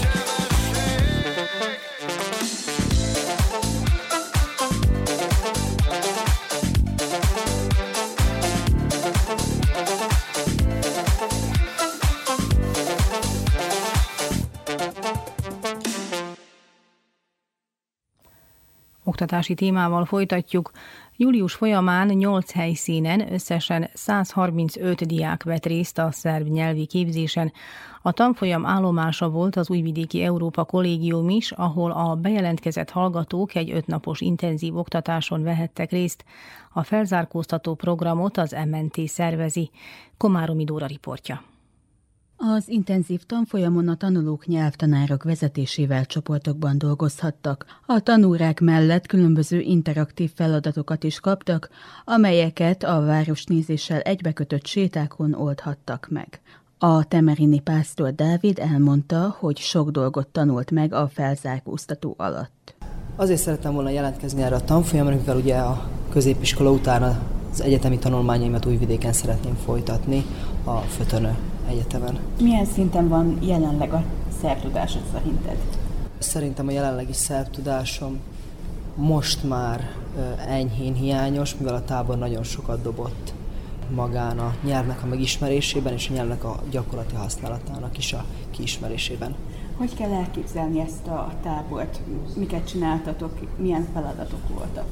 Oktatási témával folytatjuk. Július folyamán 8 helyszínen összesen 135 diák vett részt a szerb nyelvi képzésen. A tanfolyam állomása volt az Újvidéki Európa Kollégium is, ahol a bejelentkezett hallgatók egy 5 napos intenzív oktatáson vehettek részt. A felzárkóztató programot az MNT szervezi. Komáromi Dóra riportja. Az intenzív tanfolyamon a tanulók nyelvtanárok vezetésével csoportokban dolgozhattak. A tanórák mellett különböző interaktív feladatokat is kaptak, amelyeket a városnézéssel egybekötött sétákon oldhattak meg. A temerini pásztor Dávid elmondta, hogy sok dolgot tanult meg a felzárkóztató alatt. Azért szerettem volna jelentkezni erre a tanfolyamra, mivel ugye a középiskola után az egyetemi tanulmányaimat Újvidéken szeretném folytatni a Fötönö Egyetemen. Milyen szinten van jelenleg a szerbtudásod szerinted? Szerintem a jelenlegi szerbtudásom most már enyhén hiányos, mivel a tábor nagyon sokat dobott magán a nyelvnek a megismerésében és a nyelvnek a gyakorlati használatának is a kiismerésében. Hogy kell elképzelni ezt a tábort? Miket csináltatok? Milyen feladatok voltak?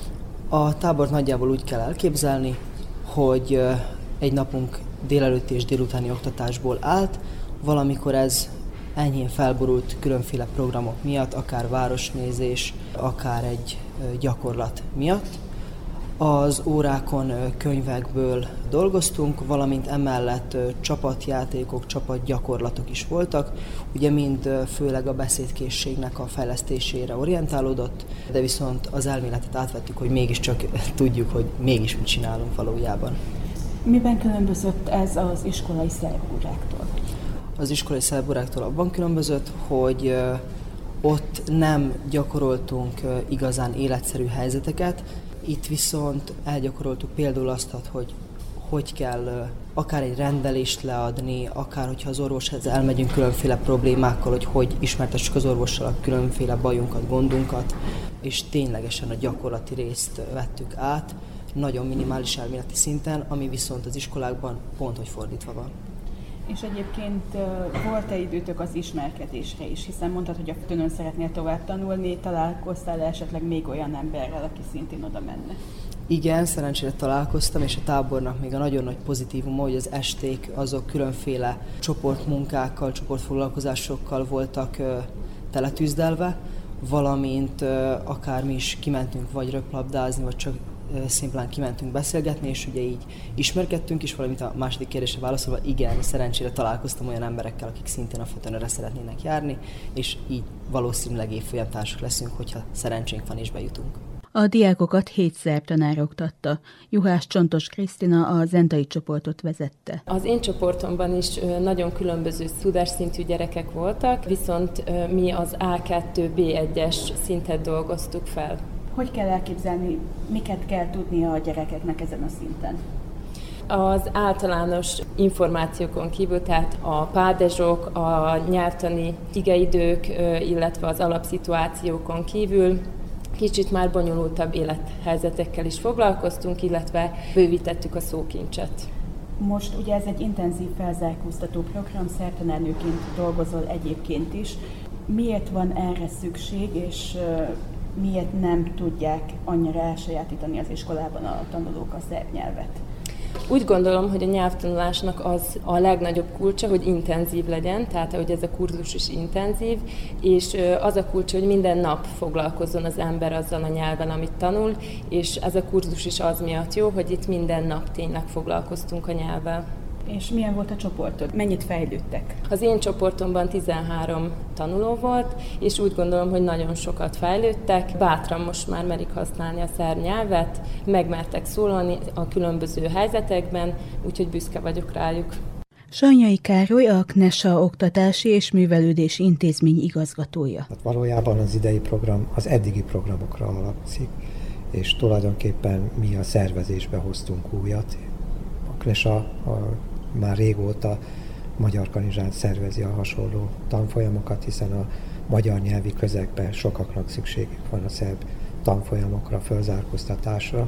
A tábort nagyjából úgy kell elképzelni, hogy egy napunk délelőtti és délutáni oktatásból állt, valamikor ez enyhén felborult különféle programok miatt, akár városnézés, akár egy gyakorlat miatt. Az órákon könyvekből dolgoztunk, valamint emellett csapatjátékok, csapatgyakorlatok is voltak, ugye mind főleg a beszédkészségnek a fejlesztésére orientálódott, de viszont az elméletet átvettük, hogy mégiscsak tudjuk, hogy mégis mit csinálunk valójában. Miben különbözött ez az iskolai szerbóráktól? Az iskolai szerbóráktól abban különbözött, hogy ott nem gyakoroltunk igazán életszerű helyzeteket, itt viszont elgyakoroltuk például azt, hogy kell akár egy rendelést leadni, akár hogyha az orvoshoz elmegyünk különféle problémákkal, hogy ismertessük az orvossal a különféle bajunkat, gondunkat, és ténylegesen a gyakorlati részt vettük át, nagyon minimális elméleti szinten, ami viszont az iskolákban pont, hogy fordítva van. És egyébként volt-e időtök az ismerkedésre is, hiszen mondtad, hogy a Fötönön szeretnél tovább tanulni, találkoztál esetleg még olyan emberrel, aki szintén oda menne? Igen, szerencsére találkoztam, és a tábornak még a nagyon nagy pozitívuma, hogy az esték azok különféle csoportmunkákkal, csoportfoglalkozásokkal voltak teletűzdelve, valamint akár mi is kimentünk vagy röplabdázni, vagy csak szimplán kimentünk beszélgetni, és ugye így ismerkedtünk is, valamint a második kérdésre válaszolva, igen, szerencsére találkoztam olyan emberekkel, akik szintén a Fötönöre szeretnének járni, és így valószínűleg évfolyamtársak leszünk, hogyha szerencsénk van és bejutunk. A diákokat 7 szerb tanár oktatta. Juhász Csontos Krisztina a zentai csoportot vezette. Az én csoportomban is nagyon különböző tudásszintű gyerekek voltak, viszont mi az A2-B1-es szintet dolgoztuk fel. Hogy kell elképzelni, miket kell tudnia a gyerekeknek ezen a szinten? Az általános információkon kívül, tehát a pádezsok, a nyelvtani igeidők, illetve az alapszituációkon kívül kicsit már bonyolultabb élethelyzetekkel is foglalkoztunk, illetve bővítettük a szókincset. Most ugye ez egy intenzív felzárkóztató program, szerbtanárnőként dolgozol egyébként is. Miért van erre szükség, és miért nem tudják annyira elsajátítani az iskolában a tanulók a szerb nyelvet? Úgy gondolom, hogy a nyelvtanulásnak az a legnagyobb kulcsa, hogy intenzív legyen, tehát hogy ez a kurzus is intenzív, és az a kulcsa, hogy minden nap foglalkozzon az ember azzal a nyelven, amit tanul, és ez a kurzus is az miatt jó, hogy itt minden nap tényleg foglalkoztunk a nyelvvel. És milyen volt a csoportod? Mennyit fejlődtek? Az én csoportomban 13 tanuló volt, és úgy gondolom, hogy nagyon sokat fejlődtek. Bátran most már merik használni a szerb nyelvet, megmertek szólalni a különböző helyzetekben, úgyhogy büszke vagyok rájuk. Sanyai Károly a KNESA Oktatási és Művelődési Intézmény igazgatója. Hát valójában az idei program az eddigi programokra alapszik, és tulajdonképpen mi a szervezésbe hoztunk újat. A KNESA már régóta Magyar Kanizsán szervezi a hasonló tanfolyamokat, hiszen a magyar nyelvi közegben sokaknak szükségük van a szerb tanfolyamokra, fölzárkóztatásra,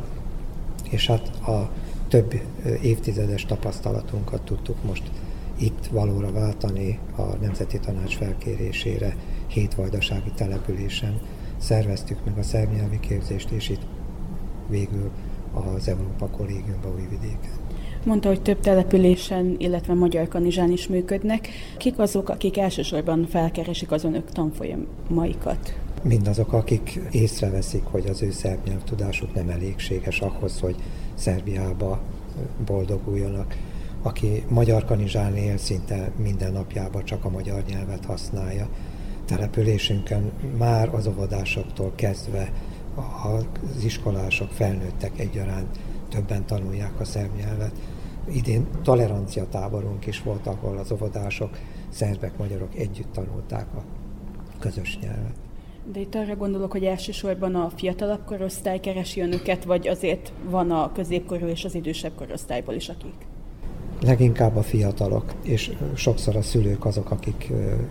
és hát a több évtizedes tapasztalatunkat tudtuk most itt valóra váltani a Nemzeti Tanács felkérésére 7 vajdasági településen. Szerveztük meg a szerb nyelvi képzést, és itt végül az Európa Kollégiumban Újvidéken. Mondta, hogy több településen, illetve Magyar Kanizsán is működnek. Kik azok, akik elsősorban felkeresik az önök tanfolyamaikat? Mindazok, akik észreveszik, hogy az ő szerb nyelvtudásuk nem elégséges ahhoz, hogy Szerbiába boldoguljanak. Aki Magyar Kanizsán él, szinte minden napjában csak a magyar nyelvet használja. Településünkön már az óvodásoktól kezdve az iskolások, felnőttek egyaránt többen tanulják a szerb nyelvet. Idén tolerancia táborunk is volt, ahol az óvodások, szerbek, magyarok együtt tanulták a közös nyelvet. De itt arra gondolok, hogy elsősorban a fiatalabb korosztály keresi önöket, vagy azért van a középkorú és az idősebb korosztályból is akik? Leginkább a fiatalok, és sokszor a szülők azok, akik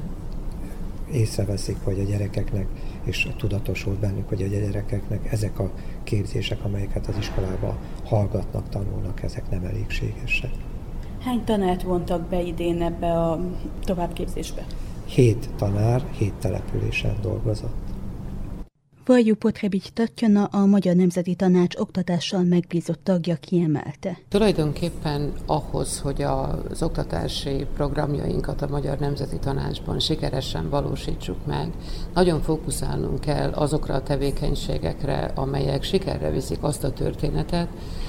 észreveszik, hogy a gyerekeknek, és tudatosul bennük, hogy a gyerekeknek ezek a képzések, amelyeket az iskolában hallgatnak, tanulnak, ezek nem elégségesek. Hány tanárt vontak be idén ebbe a továbbképzésbe? 7 tanár, 7 településen dolgozott. Varjú Potrebics Tatjana, a Magyar Nemzeti Tanács oktatással megbízott tagja kiemelte. Tulajdonképpen ahhoz, hogy az oktatási programjainkat a Magyar Nemzeti Tanácsban sikeresen valósítsuk meg, nagyon fókuszálnunk kell azokra a tevékenységekre, amelyek sikerre viszik azt a történetet,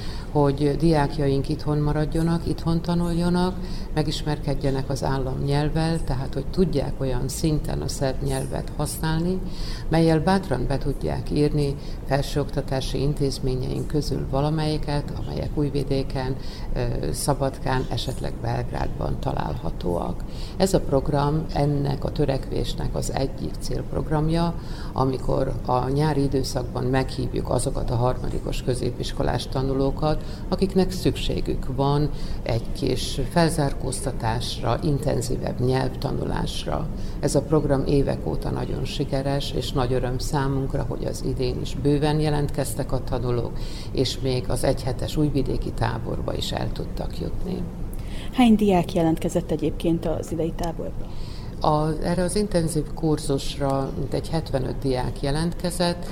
hogy diákjaink itthon maradjanak, itthon tanuljanak, megismerkedjenek az államnyelvvel, tehát hogy tudják olyan szinten a szerb nyelvet használni, mellyel bátran be tudják írni felsőoktatási intézményeink közül valamelyiket, amelyek Újvidéken, Szabadkán, esetleg Belgrádban találhatóak. Ez a program ennek a törekvésnek az egyik célprogramja, amikor a nyári időszakban meghívjuk azokat a harmadikos középiskolás tanulókat, akiknek szükségük van egy kis felzárkóztatásra, intenzívebb nyelvtanulásra. Ez a program évek óta nagyon sikeres, és nagy öröm számunkra, hogy az idén is bőven jelentkeztek a tanulók, és még az egyhetes újvidéki táborba is el tudtak jutni. Hány diák jelentkezett egyébként az idei táborba? Erre az intenzív kurzusra mintegy 75 diák jelentkezett,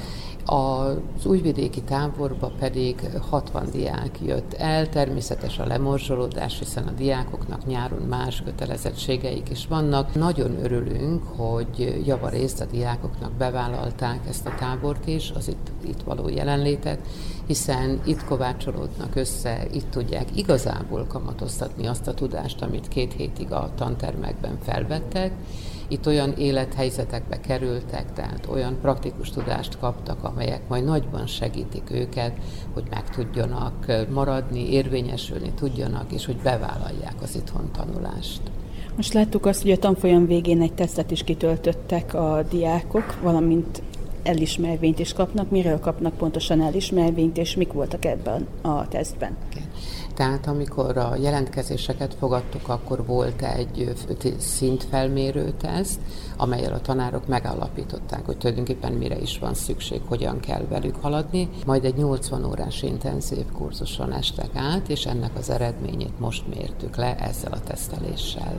az újvidéki táborba pedig 60 diák jött el, természetes a lemorzsolódás, hiszen a diákoknak nyáron más kötelezettségeik is vannak. Nagyon örülünk, hogy javarészt a diákoknak bevállalták ezt a tábort is, az itt való jelenlétet, hiszen itt kovácsolódnak össze, itt tudják igazából kamatoztatni azt a tudást, amit 2 hétig a tantermekben felvettek. Itt olyan élethelyzetekbe kerültek, tehát olyan praktikus tudást kaptak, amelyek majd nagyban segítik őket, hogy meg tudjanak maradni, érvényesülni tudjanak, és hogy bevállalják az itthon tanulást. Most láttuk azt, hogy a tanfolyam végén egy tesztet is kitöltöttek a diákok, valamint elismervényt is kapnak. Miről kapnak pontosan elismervényt, és mik voltak ebben a tesztben? Tehát amikor a jelentkezéseket fogadtuk, akkor volt egy szintfelmérő teszt, amellyel a tanárok megállapították, hogy tulajdonképpen mire is van szükség, hogyan kell velük haladni. Majd egy 80 órás intenzív kurzuson estek át, és ennek az eredményét most mértük le ezzel a teszteléssel.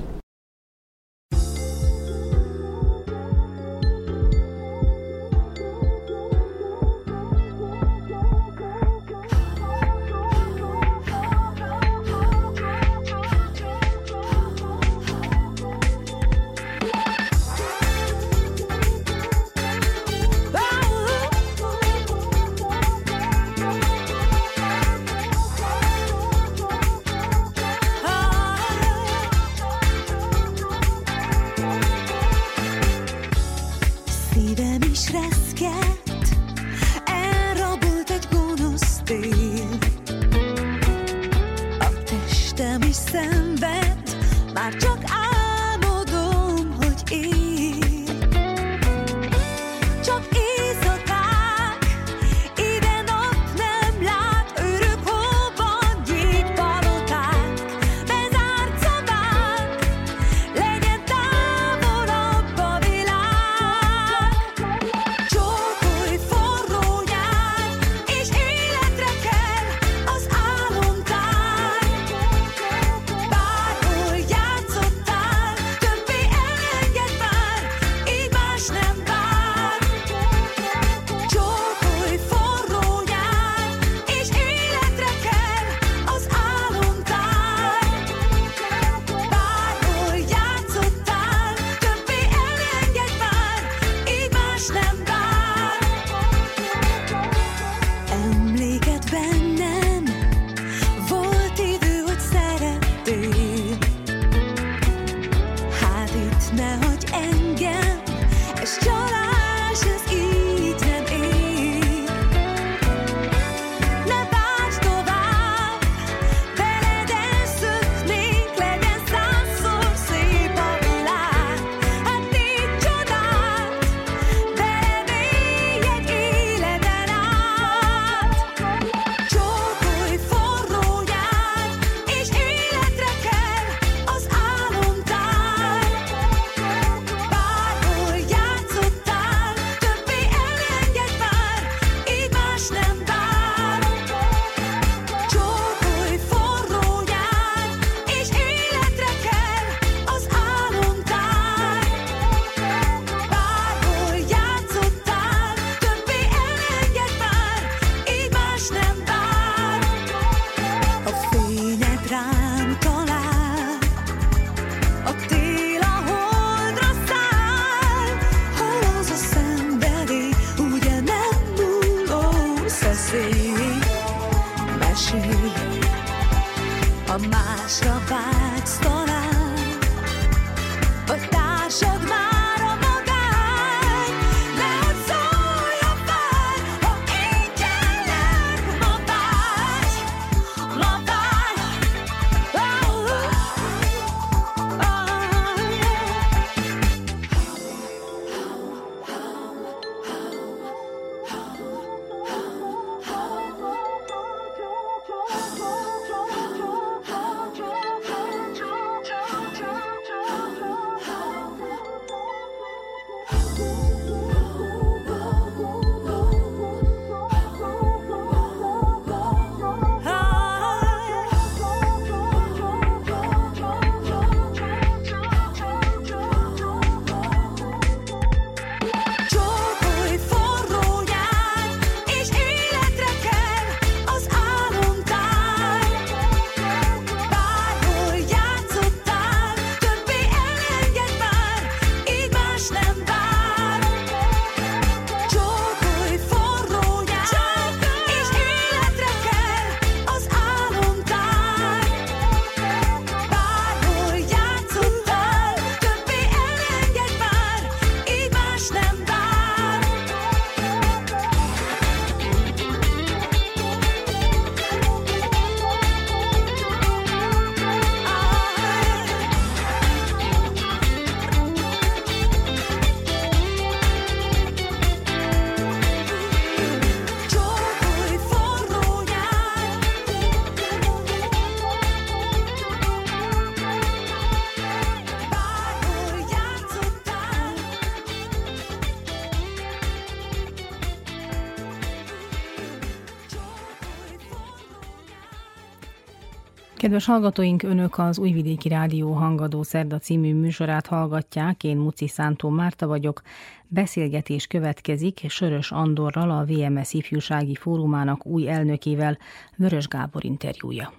mesélj, a másra vágysz talán, vagy társad már a magány, nehogy szólj, ha várj, ha én kellek, ma várj, ma várj. Csókolj forró nyár, és életre kell az álomtár. Bárhol játszottál, többé elengedd már, így más nem vár. Csókolj forró nyár, és életre kell az álomtár. Bárhol játszottál, többé elengedd már, így más nem vár. Csókolj forró nyár, bárhol játszottál. Kedves hallgatóink, Önök az Újvidéki Rádió Hangadó Szerda című műsorát hallgatják, én Muci Szántó Márta vagyok. Beszélgetés következik Sörös Andorral, a VMS Ifjúsági Fórumának új elnökével, Vörös Gábor interjúja.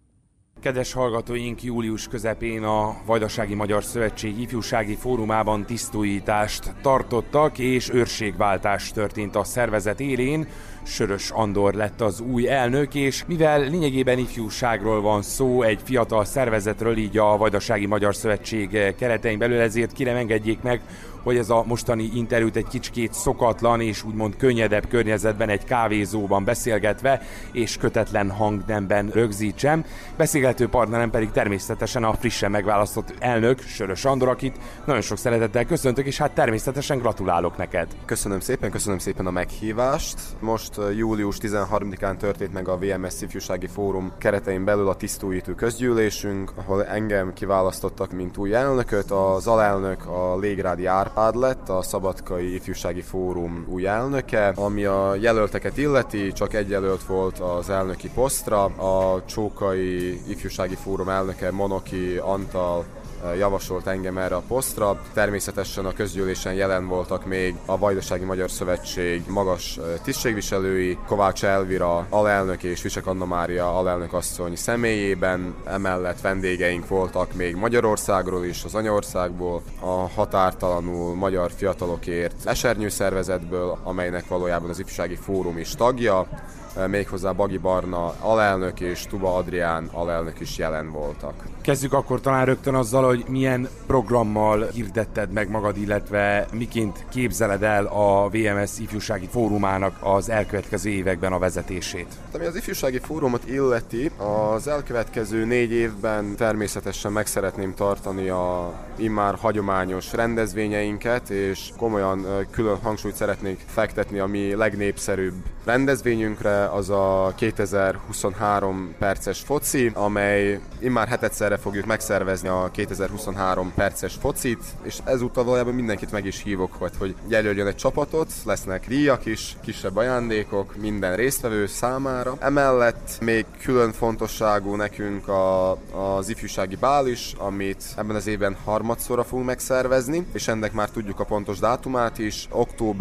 Kedves hallgatóink, július közepén a Vajdasági Magyar Szövetség Ifjúsági Fórumában tisztújítást tartottak, és őrségváltás történt a szervezet élén. Sörös Andor lett az új elnök, és mivel lényegében ifjúságról van szó, egy fiatal szervezetről, így a Vajdasági Magyar Szövetség keretein belül, ezért kérem engedjék meg, hogy ez a mostani interjút egy kicsikét szokatlan és úgymond könnyedebb környezetben, egy kávézóban beszélgetve és kötetlen hangnemben rögzítsem. Beszélgető partnerem pedig természetesen a frissen megválasztott elnök, Sörös Andor, akit nagyon sok szeretettel köszöntök, és hát természetesen gratulálok neked. Köszönöm szépen a meghívást. Most július 13-án történt meg a VMS Ifjúsági Fórum keretein belül a tisztújító közgyűlésünk, ahol engem kiválasztottak, mint új elnököt. Az alelnök a Légrádi Árpád lett, a Szabadkai Ifjúsági Fórum új elnöke. Ami a jelölteket illeti, csak egy jelölt volt az elnöki posztra. A Csókai Ifjúsági Fórum elnöke, Monoki Antal javasolt engem erre a posztra. Természetesen a közgyűlésen jelen voltak még a Vajdasági Magyar Szövetség magas tisztségviselői, Kovács Elvira alelnök és Visek Anna Mária alelnök asszony személyében. Emellett vendégeink voltak még Magyarországról is, az anyaországból, a Határtalanul Magyar Fiatalokért esernyő szervezetből, amelynek valójában az Ifjúsági Fórum is tagja. Méghozzá Bagi Barna alelnök és Tuba Adrián alelnök is jelen voltak. Kezdjük akkor talán rögtön azzal, hogy milyen programmal hirdetted meg magad, illetve miként képzeled el a VMS Ifjúsági Fórumának az elkövetkező években a vezetését. Ami az Ifjúsági Fórumot illeti, az elkövetkező 4 évben természetesen meg szeretném tartani a immár hagyományos rendezvényeinket, és komolyan külön hangsúlyt szeretnék fektetni a mi legnépszerűbb rendezvényünkre, az a 2023 perces foci, amely immár hetedszerre fogjuk megszervezni a 2023 perces focit, és ezúttal valójában mindenkit meg is hívok, hogy jelöljön egy csapatot, lesznek díjak is, kisebb ajándékok minden résztvevő számára. Emellett még külön fontosságú nekünk az ifjúsági bál is, amit ebben az évben harmadszorra fogunk megszervezni, és ennek már tudjuk a pontos dátumát is. Október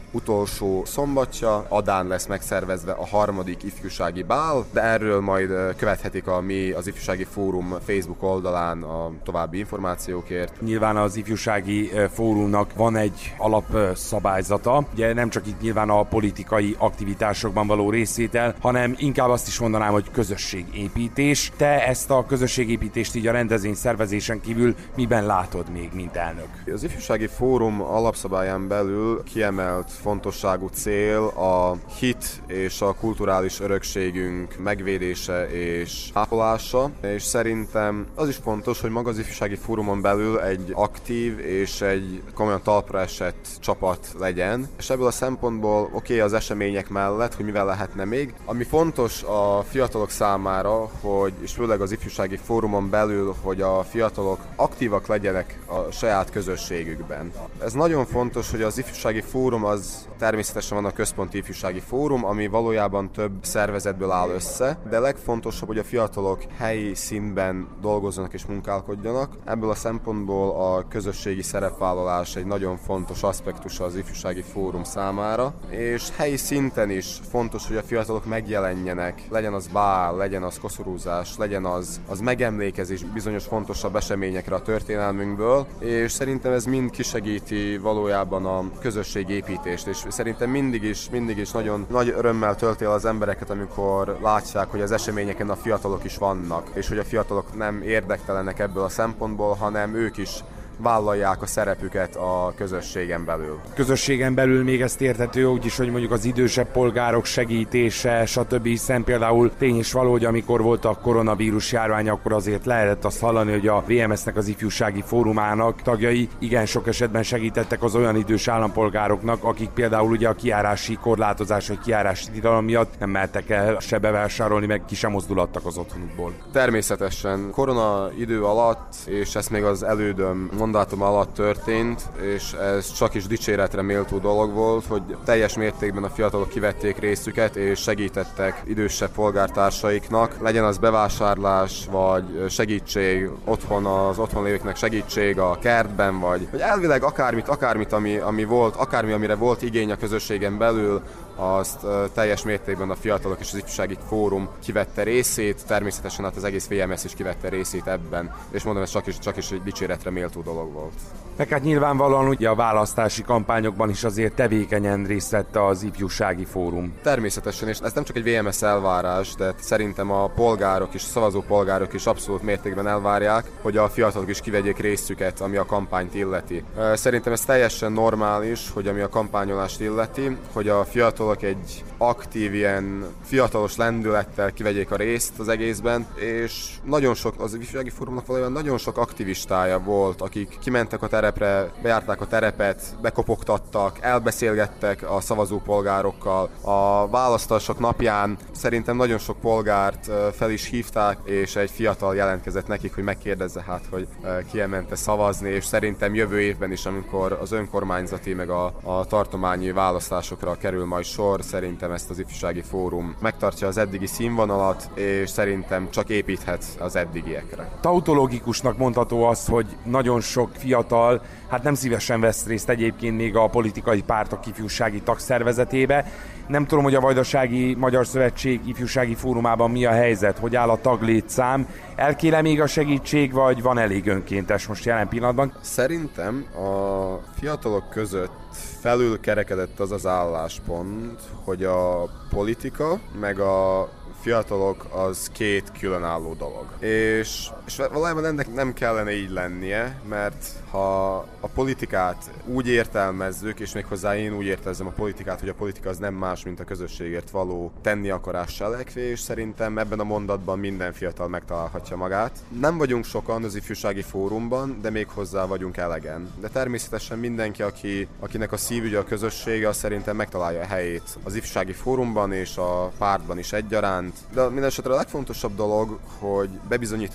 utolsó szombatja, Adán lesz megszervezve a 3. ifjúsági bál, de erről majd követhetik az Ifjúsági Fórum Facebook oldalán a további információkért. Nyilván az Ifjúsági Fórumnak van egy alapszabályzata, ugye nem csak itt nyilván a politikai aktivitásokban való részvétel, hanem inkább azt is mondanám, hogy közösségépítés. Te ezt a közösségépítést így a rendezvény szervezésen kívül miben látod még, mint elnök? Az Ifjúsági Fórum alapszabályán belül kiemelt fontosságú cél a hit és a kulturális örökségünk megvédése és ápolása, és szerintem az is fontos, hogy maga az Ifjúsági Fórumon belül egy aktív és egy komolyan talpra esett csapat legyen, és ebből a szempontból az események mellett, hogy mivel lehetne még. Ami fontos a fiatalok számára, és főleg az Ifjúsági Fórumon belül, hogy a fiatalok aktívak legyenek a saját közösségükben. Ez nagyon fontos, hogy az Ifjúsági Fórum az természetesen van a Központi Ifjúsági Fórum, ami valójában több szervezetből áll össze, de legfontosabb, hogy a fiatalok helyi szintben dolgozzanak és munkálkodjanak. Ebből a szempontból a közösségi szerepvállalás egy nagyon fontos aspektusa az Ifjúsági Fórum számára, és helyi szinten is fontos, hogy a fiatalok megjelenjenek, legyen az bál, legyen az koszorúzás, legyen az megemlékezés bizonyos fontosabb eseményekre a történelmünkből, és szerintem ez mind kisegíti valójában a közösségépítést, és szerintem mindig is nagyon nagy örömmel tölti el az embereket, amikor látják, hogy az eseményeken a fiatalok is vannak, és hogy a fiatalok nem érdektelenek ebből a szempontból, hanem ők is vállalják a szerepüket a közösségen belül. Közösségen belül még ezt érthető úgy is, hogy mondjuk az idősebb polgárok segítése, stb. Hiszen például tény is való, hogy amikor volt a koronavírus járvány, akkor azért lehetett azt hallani, hogy a VMS-nek az Ifjúsági Fórumának tagjai igen sok esetben segítettek az olyan idős állampolgároknak, akik például ugye a kijárási korlátozás vagy kijárási tilalom miatt nem mehettek el se bevásárolni, meg ki sem mozdulattak az otthonukból. Természetesen korona idő alatt, és ezt még az elődöm mandátum alatt történt, és ez csak is dicséretre méltó dolog volt, hogy teljes mértékben a fiatalok kivették részüket, és segítettek idősebb polgártársaiknak, legyen az bevásárlás, vagy segítség otthon, az otthon lévőknek segítség a kertben, vagy elvileg akármit, ami volt, amire volt igény a közösségen belül, azt teljes mértékben a fiatalok és az Ifjúsági Fórum kivette részét, természetesen hát az egész VMS is kivette részét ebben, és mondom, ez csak is egy dicséretre méltó dolog volt. Meg hát nyilvánvalóan ugye a választási kampányokban is azért tevékenyen részt vett az Ifjúsági Fórum. Természetesen, és ez nem csak egy VMS elvárás, de szerintem a polgárok és a szavazó polgárok is abszolút mértékben elvárják, hogy a fiatalok is kivegyék részüket, ami a kampányt illeti. Szerintem ez teljesen normális, hogy ami a kampányolást illeti, hogy a fiatalok egy aktív, ilyen fiatalos lendülettel kivegyék a részt az egészben, és nagyon sok, az Ifjúsági Fórumnak valójában nagyon sok aktivistája volt, akik kimentek a terepre, bejárták a terepet, bekopogtattak, elbeszélgettek a szavazópolgárokkal. A választások napján szerintem nagyon sok polgárt fel is hívták, és egy fiatal jelentkezett nekik, hogy megkérdezze hogy ki elmente szavazni, és szerintem jövő évben is, amikor az önkormányzati meg a tartományi választásokra kerül majd sor, szerintem ezt az Ifjúsági Fórum megtartja az eddigi színvonalat, és szerintem csak építhet az eddigiekre. Tautológikusnak mondható az, hogy nagyon sok fiatal nem szívesen vesz részt egyébként még a politikai pártok ifjúsági tagszervezetébe. Nem tudom, hogy a Vajdasági Magyar Szövetség Ifjúsági Fórumában mi a helyzet, hogy áll a taglétszám. Elkéne még a segítség, vagy van elég önkéntes most jelen pillanatban? Szerintem a fiatalok között felülkerekedett az álláspont, hogy a politika meg a fiatalok az két különálló dolog. És valójában ennek nem kellene így lennie, mert ha a politikát úgy értelmezzük, és méghozzá én úgy értelmezem a politikát, hogy a politika az nem más, mint a közösségért való tenni akarás cselekvés, szerintem ebben a mondatban minden fiatal megtalálhatja magát. Nem vagyunk sokan az Ifjúsági Fórumban, de még hozzá vagyunk elegen. De természetesen mindenki, akinek a szívügye a közössége, az szerintem megtalálja a helyét az Ifjúsági Fórumban és a pártban is egyaránt. De mindenesetre a legfontosabb dolog, hogy bebizonyítani a fiatalok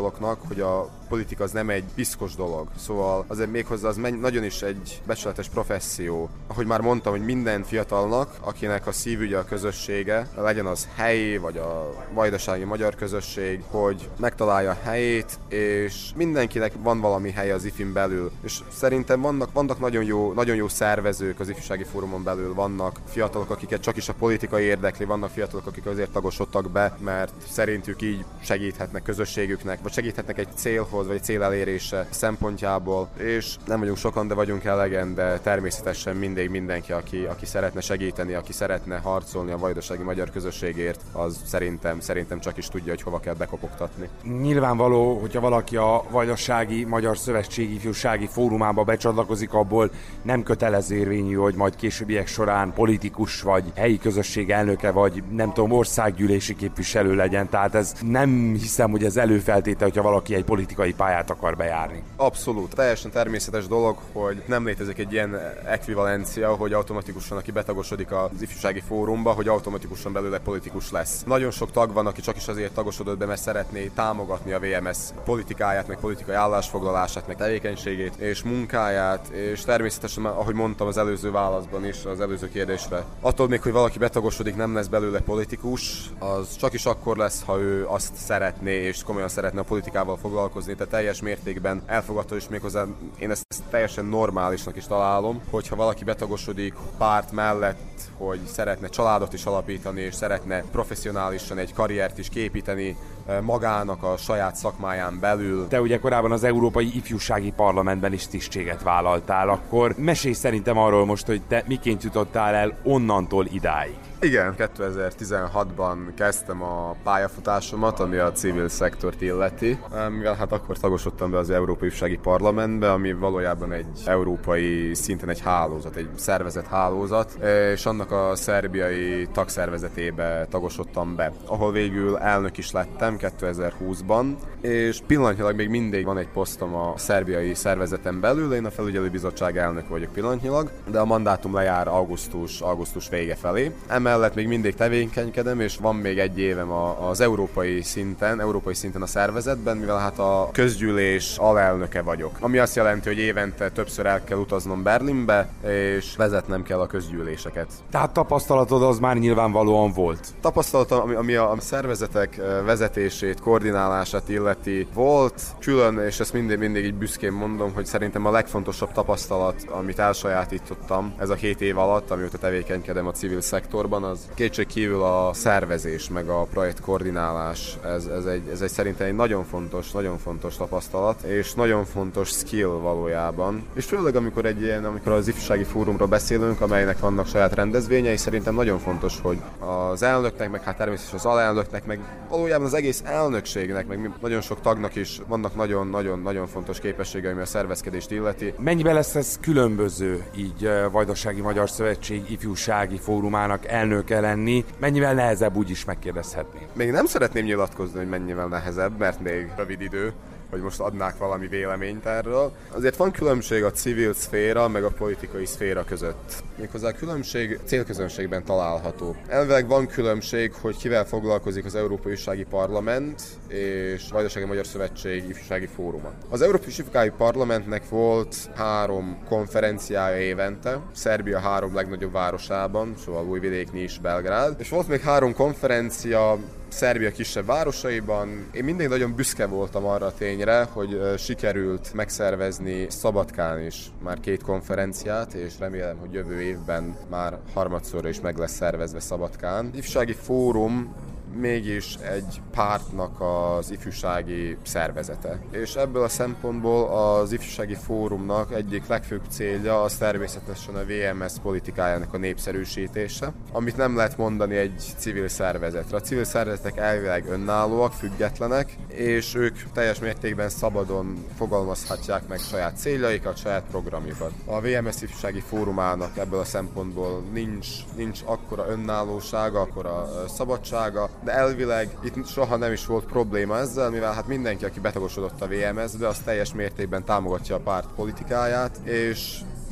fiataloknak, hogy a politika az nem egy piszkos dolog. Szóval azért méghozzá az nagyon is egy becsületes professzió. Ahogy már mondtam, hogy minden fiatalnak, akinek a szívügye a közössége, legyen az helyi, vagy a vajdasági magyar közösség, hogy megtalálja a helyét, és mindenkinek van valami helye az ifin belül. És szerintem vannak nagyon jó szervezők az ifjúsági fórumon belül, vannak fiatalok, akiket csak is a politika érdekli, vannak fiatalok, akik azért tagosodtak be, mert szerintük így segíthetnek közösségüknek, vagy segíthetnek egy célhoz, vagy egy cél elérése szempontjából. És nem vagyunk sokan, de vagyunk elegen, de természetesen mindig mindenki, aki szeretne segíteni, aki szeretne harcolni a vajdasági magyar közösségért, az szerintem csak is tudja, hogy hova kell bekopogtatni. Nyilvánvaló, hogyha valaki a Vajdasági Magyar Szövetség ifjúsági fórumába becsatlakozik, abból nem kötelező érvényű, hogy majd későbbiek során politikus, vagy helyi közösség elnöke, vagy nem tudom, országgyűlési képviselő legyen. Tehát ez nem hiszem, hogy ez előfeltétel, hogyha valaki egy politikai pályát akar bejárni. Abszolút. Teljesen természetes dolog, hogy nem létezik egy ilyen ekvivalencia, hogy automatikusan, aki betagosodik az ifjúsági fórumba, hogy automatikusan belőle politikus lesz. Nagyon sok tag van, aki csak is azért tagosodott be, mert szeretné támogatni a VMS politikáját, meg politikai állásfoglalását, meg tevékenységét és munkáját, és természetesen, ahogy mondtam az előző válaszban is, az előző kérdésre, attól még, hogy valaki betagosodik, nem lesz belőle politikus, az csak is akkor lesz, ha ő azt szeretné, és komolyan szeretne a politikával foglalkozni, tehát teljes mértékben elfogadható, és méghozzá én ezt teljesen normálisnak is találom, hogyha valaki betagosodik párt mellett, hogy szeretne családot is alapítani, és szeretne professzionálisan egy karriert is képíteni magának a saját szakmáján belül. Te ugye korábban az Európai Ifjúsági Parlamentben is tisztséget vállaltál, akkor mesélj szerintem arról most, hogy te miként jutottál el onnantól idáig. Igen, 2016-ban kezdtem a pályafutásomat, ami a civil szektort illeti, mivel hát akkor tagosodtam be az Európai Ifjúsági Parlamentbe, ami valójában egy európai szinten egy hálózat, egy szervezett hálózat, és annak a szerbiai tagszervezetébe tagosodtam be, ahol végül elnök is lettem 2020-ban, és pillanatnyilag még mindig van egy posztom a szerbiai szervezeten belül, én a felügyelőbizottság elnök vagyok pillanatnyilag, de a mandátum lejár augusztus vége felé. Emellett még mindig tevékenykedem, és van még egy évem az európai szinten a szervezetben, mivel hát a közgyűlés alelnöke vagyok. Ami azt jelenti, hogy évente többször el kell utaznom Berlinbe, és vezetnem kell a közgyűléseket. Tehát tapasztalatod az már nyilvánvalóan volt? Tapasztalatom, ami a szervezetek vezetését, koordinálását illeti volt, külön, és ezt mindig így büszkén mondom, hogy szerintem a legfontosabb tapasztalat, amit elsajátítottam ez a 7 év alatt, amióta tevékenykedem a civil szektorban, az kétségkívül a szervezés, meg a projekt koordinálás. Ez egy szerintem egy nagyon fontos tapasztalat, és nagyon fontos skill valójában. És főleg amikor az ifjúsági fórumról beszélünk, amelynek vannak saját rendezvényei, szerintem nagyon fontos, hogy az elnöknek, meg hát természetesen az alelnöknek, meg valójában az egész elnökségnek, meg nagyon sok tagnak is vannak nagyon fontos képességei, ami a szervezkedést illeti. Mennyiben lesz ez különböző így Vajdasági Magyar Szövetség ifjúsági fórumának elnöke lenni? Mennyivel nehezebb, úgy is megkérdezhetni? Még nem szeretném nyilatkozni, hogy mennyivel nehezebb, mert még rövid idő, hogy most adnák valami véleményt erről. Azért van különbség a civil szféra meg a politikai szféra között. Méghozzá a különbség célközönségben található. Elvileg van különbség, hogy kivel foglalkozik az Európai Ifjúsági Parlament és Vajdasági Magyar Szövetség ifjúsági fóruma. Az Európai Ifjúsági Parlamentnek volt 3 konferenciája évente, Szerbia 3 legnagyobb városában, szóval Újvidék, Nis, Belgrád, és volt még 3 konferencia Szerbia kisebb városaiban. Én mindig nagyon büszke voltam arra a tényre, hogy sikerült megszervezni Szabadkán is már 2 konferenciát, és remélem, hogy jövő évben már harmadszorra is meg lesz szervezve Szabadkán. Ifjúsági fórum mégis egy pártnak az ifjúsági szervezete. És ebből a szempontból az ifjúsági fórumnak egyik legfőbb célja az természetesen a VMS politikájának a népszerűsítése, amit nem lehet mondani egy civil szervezetre. A civil szervezetek elvileg önállóak, függetlenek, és ők teljes mértékben szabadon fogalmazhatják meg saját céljaikat, saját programjukat. A VMS ifjúsági fórumának ebből a szempontból nincs akkora önállósága, akkora szabadsága, de elvileg itt soha nem is volt probléma ezzel, mivel hát mindenki, aki betagosodott a VMS-be, az teljes mértékben támogatja a párt politikáját, és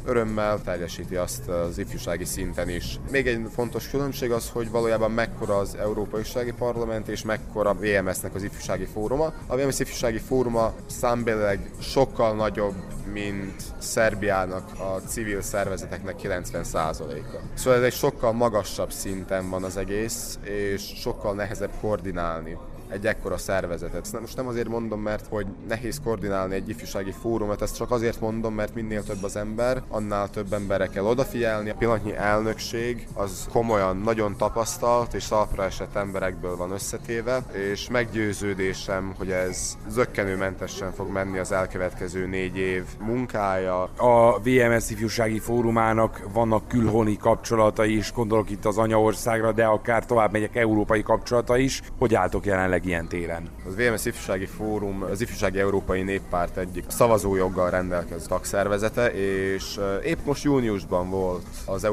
örömmel teljesíti azt az ifjúsági szinten is. Még egy fontos különbség az, hogy valójában mekkora az Európai Ifjúsági Parlament és mekkora a VMS-nek az ifjúsági fóruma. A VMS ifjúsági fóruma számbelileg sokkal nagyobb, mint Szerbiának a civil szervezeteknek 90%-a. Szóval ez egy sokkal magasabb szinten van az egész, és sokkal nehezebb koordinálni egy ekkora szervezetet. Ezt most nem azért mondom, mert hogy nehéz koordinálni egy ifjúsági fórumot, ezt csak azért mondom, mert minél több az ember, annál több emberre kell odafigyelni. A pillanatnyi elnökség az komolyan nagyon tapasztalt és talpra esett emberekből van összetéve, és meggyőződésem, hogy ez zökkenőmentesen fog menni az elkövetkező 4 év munkája. A VMS ifjúsági fórumának vannak külhoni kapcsolatai is, gondolok itt az anyaországra, de akár tovább megyek, európai kapcsolata is. Hogy álltok jelenleg ilyen téren? Az VMS ifjúsági fórum az Ifjúsági Európai Néppárt egyik szavazójoggal rendelkező tagszervezete, és épp most júniusban volt az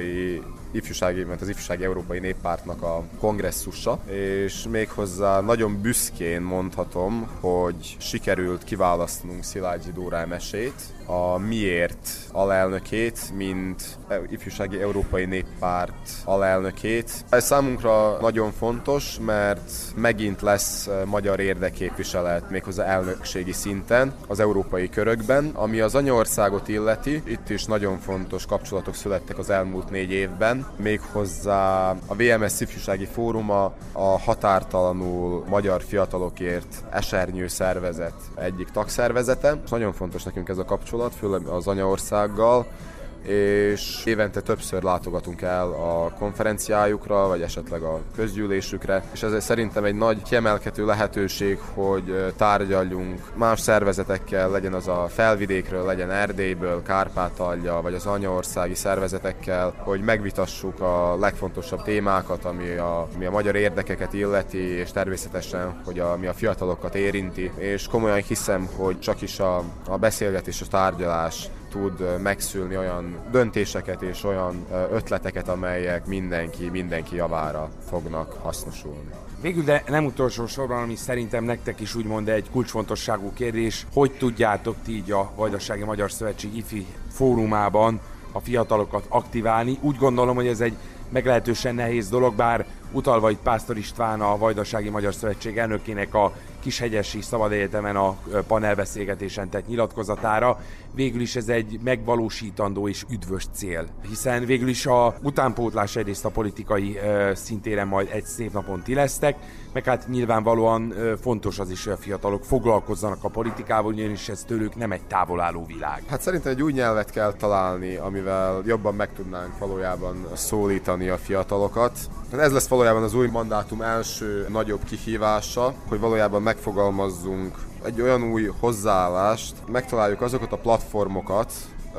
az Ifjúsági Európai Néppártnak a kongresszusa, és méghozzá nagyon büszkén mondhatom, hogy sikerült kiválasztanunk Szilágyi Dóra MS-ét, a Miért alelnökét, mint Ifjúsági Európai Néppárt alelnökét. Ez számunkra nagyon fontos, mert megint lesz magyar érdekképviselet méghozzá elnökségi szinten az európai körökben. Ami az anyaországot illeti, itt is nagyon fontos kapcsolatok születtek az elmúlt 4 évben, méghozzá a VMS ifjúsági fóruma a Határtalanul Magyar Fiatalokért esernyő szervezet egyik tagszervezete. Nagyon fontos nekünk ez a kapcsolat, főleg az anyaországgal, és évente többször látogatunk el a konferenciájukra, vagy esetleg a közgyűlésükre, és ez szerintem egy nagy kiemelkedő lehetőség, hogy tárgyaljunk más szervezetekkel, legyen az a Felvidékről, legyen Erdélyből, Kárpátalja, vagy az anyaországi szervezetekkel, hogy megvitassuk a legfontosabb témákat, ami a magyar érdekeket illeti, és természetesen, hogy ami a fiatalokat érinti, és komolyan hiszem, hogy csak is a beszélgetés, a tárgyalás tud megszülni olyan döntéseket és olyan ötleteket, amelyek mindenki javára fognak hasznosulni. Végül, de nem utolsó sorban, ami szerintem nektek is úgymond egy kulcsfontosságú kérdés, hogy tudjátok ti így a Vajdasági Magyar Szövetség IFI fórumában a fiatalokat aktiválni. Úgy gondolom, hogy ez egy meglehetősen nehéz dolog, bár utalva itt Pásztor István, a Vajdasági Magyar Szövetség elnökének a Kishegyesi Szabad Egyetemen a panelbeszélgetésen tett nyilatkozatára, végül is ez egy megvalósítandó és üdvös cél. Hiszen végül is a utánpótlás egyrészt a politikai szintéren majd egy szép napon ti lesztek, meg hát nyilvánvalóan fontos az is, hogy a fiatalok foglalkozzanak a politikával, ugyanis ez tőlük nem egy távol álló világ. Hát szerintem egy új nyelvet kell találni, amivel jobban meg tudnánk valójában szólítani a fiatalokat. Ez lesz valójában az új mandátum első nagyobb kihívása, hogy valójában megfogalmazzunk egy olyan új hozzáállást, megtaláljuk azokat a platformokat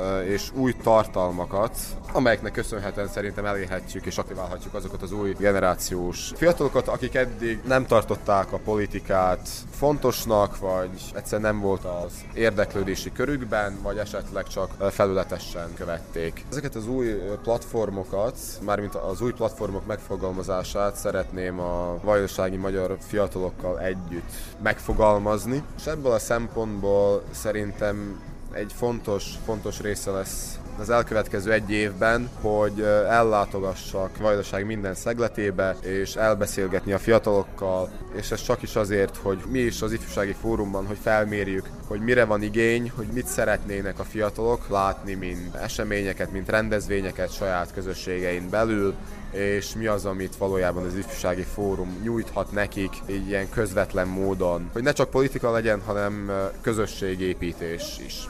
és új tartalmakat, amelyeknek köszönhetően szerintem elérhetjük és aktiválhatjuk azokat az új generációs fiatalokat, akik eddig nem tartották a politikát fontosnak, vagy egyszerűen nem volt az érdeklődési körükben, vagy esetleg csak felületesen követték. Ezeket az új platformokat, mármint az új platformok megfogalmazását szeretném a vajdasági magyar fiatalokkal együtt megfogalmazni, és ebből a szempontból szerintem egy fontos része lesz az elkövetkező 1 évben, hogy ellátogassak Vajdaság minden szegletébe, és elbeszélgetni a fiatalokkal, és ez csak is azért, hogy mi is az ifjúsági fórumban, hogy felmérjük, hogy mire van igény, hogy mit szeretnének a fiatalok látni, mint eseményeket, mint rendezvényeket saját közösségein belül, és mi az, amit valójában az ifjúsági fórum nyújthat nekik így ilyen közvetlen módon, hogy ne csak politika legyen, hanem közösségépítés is.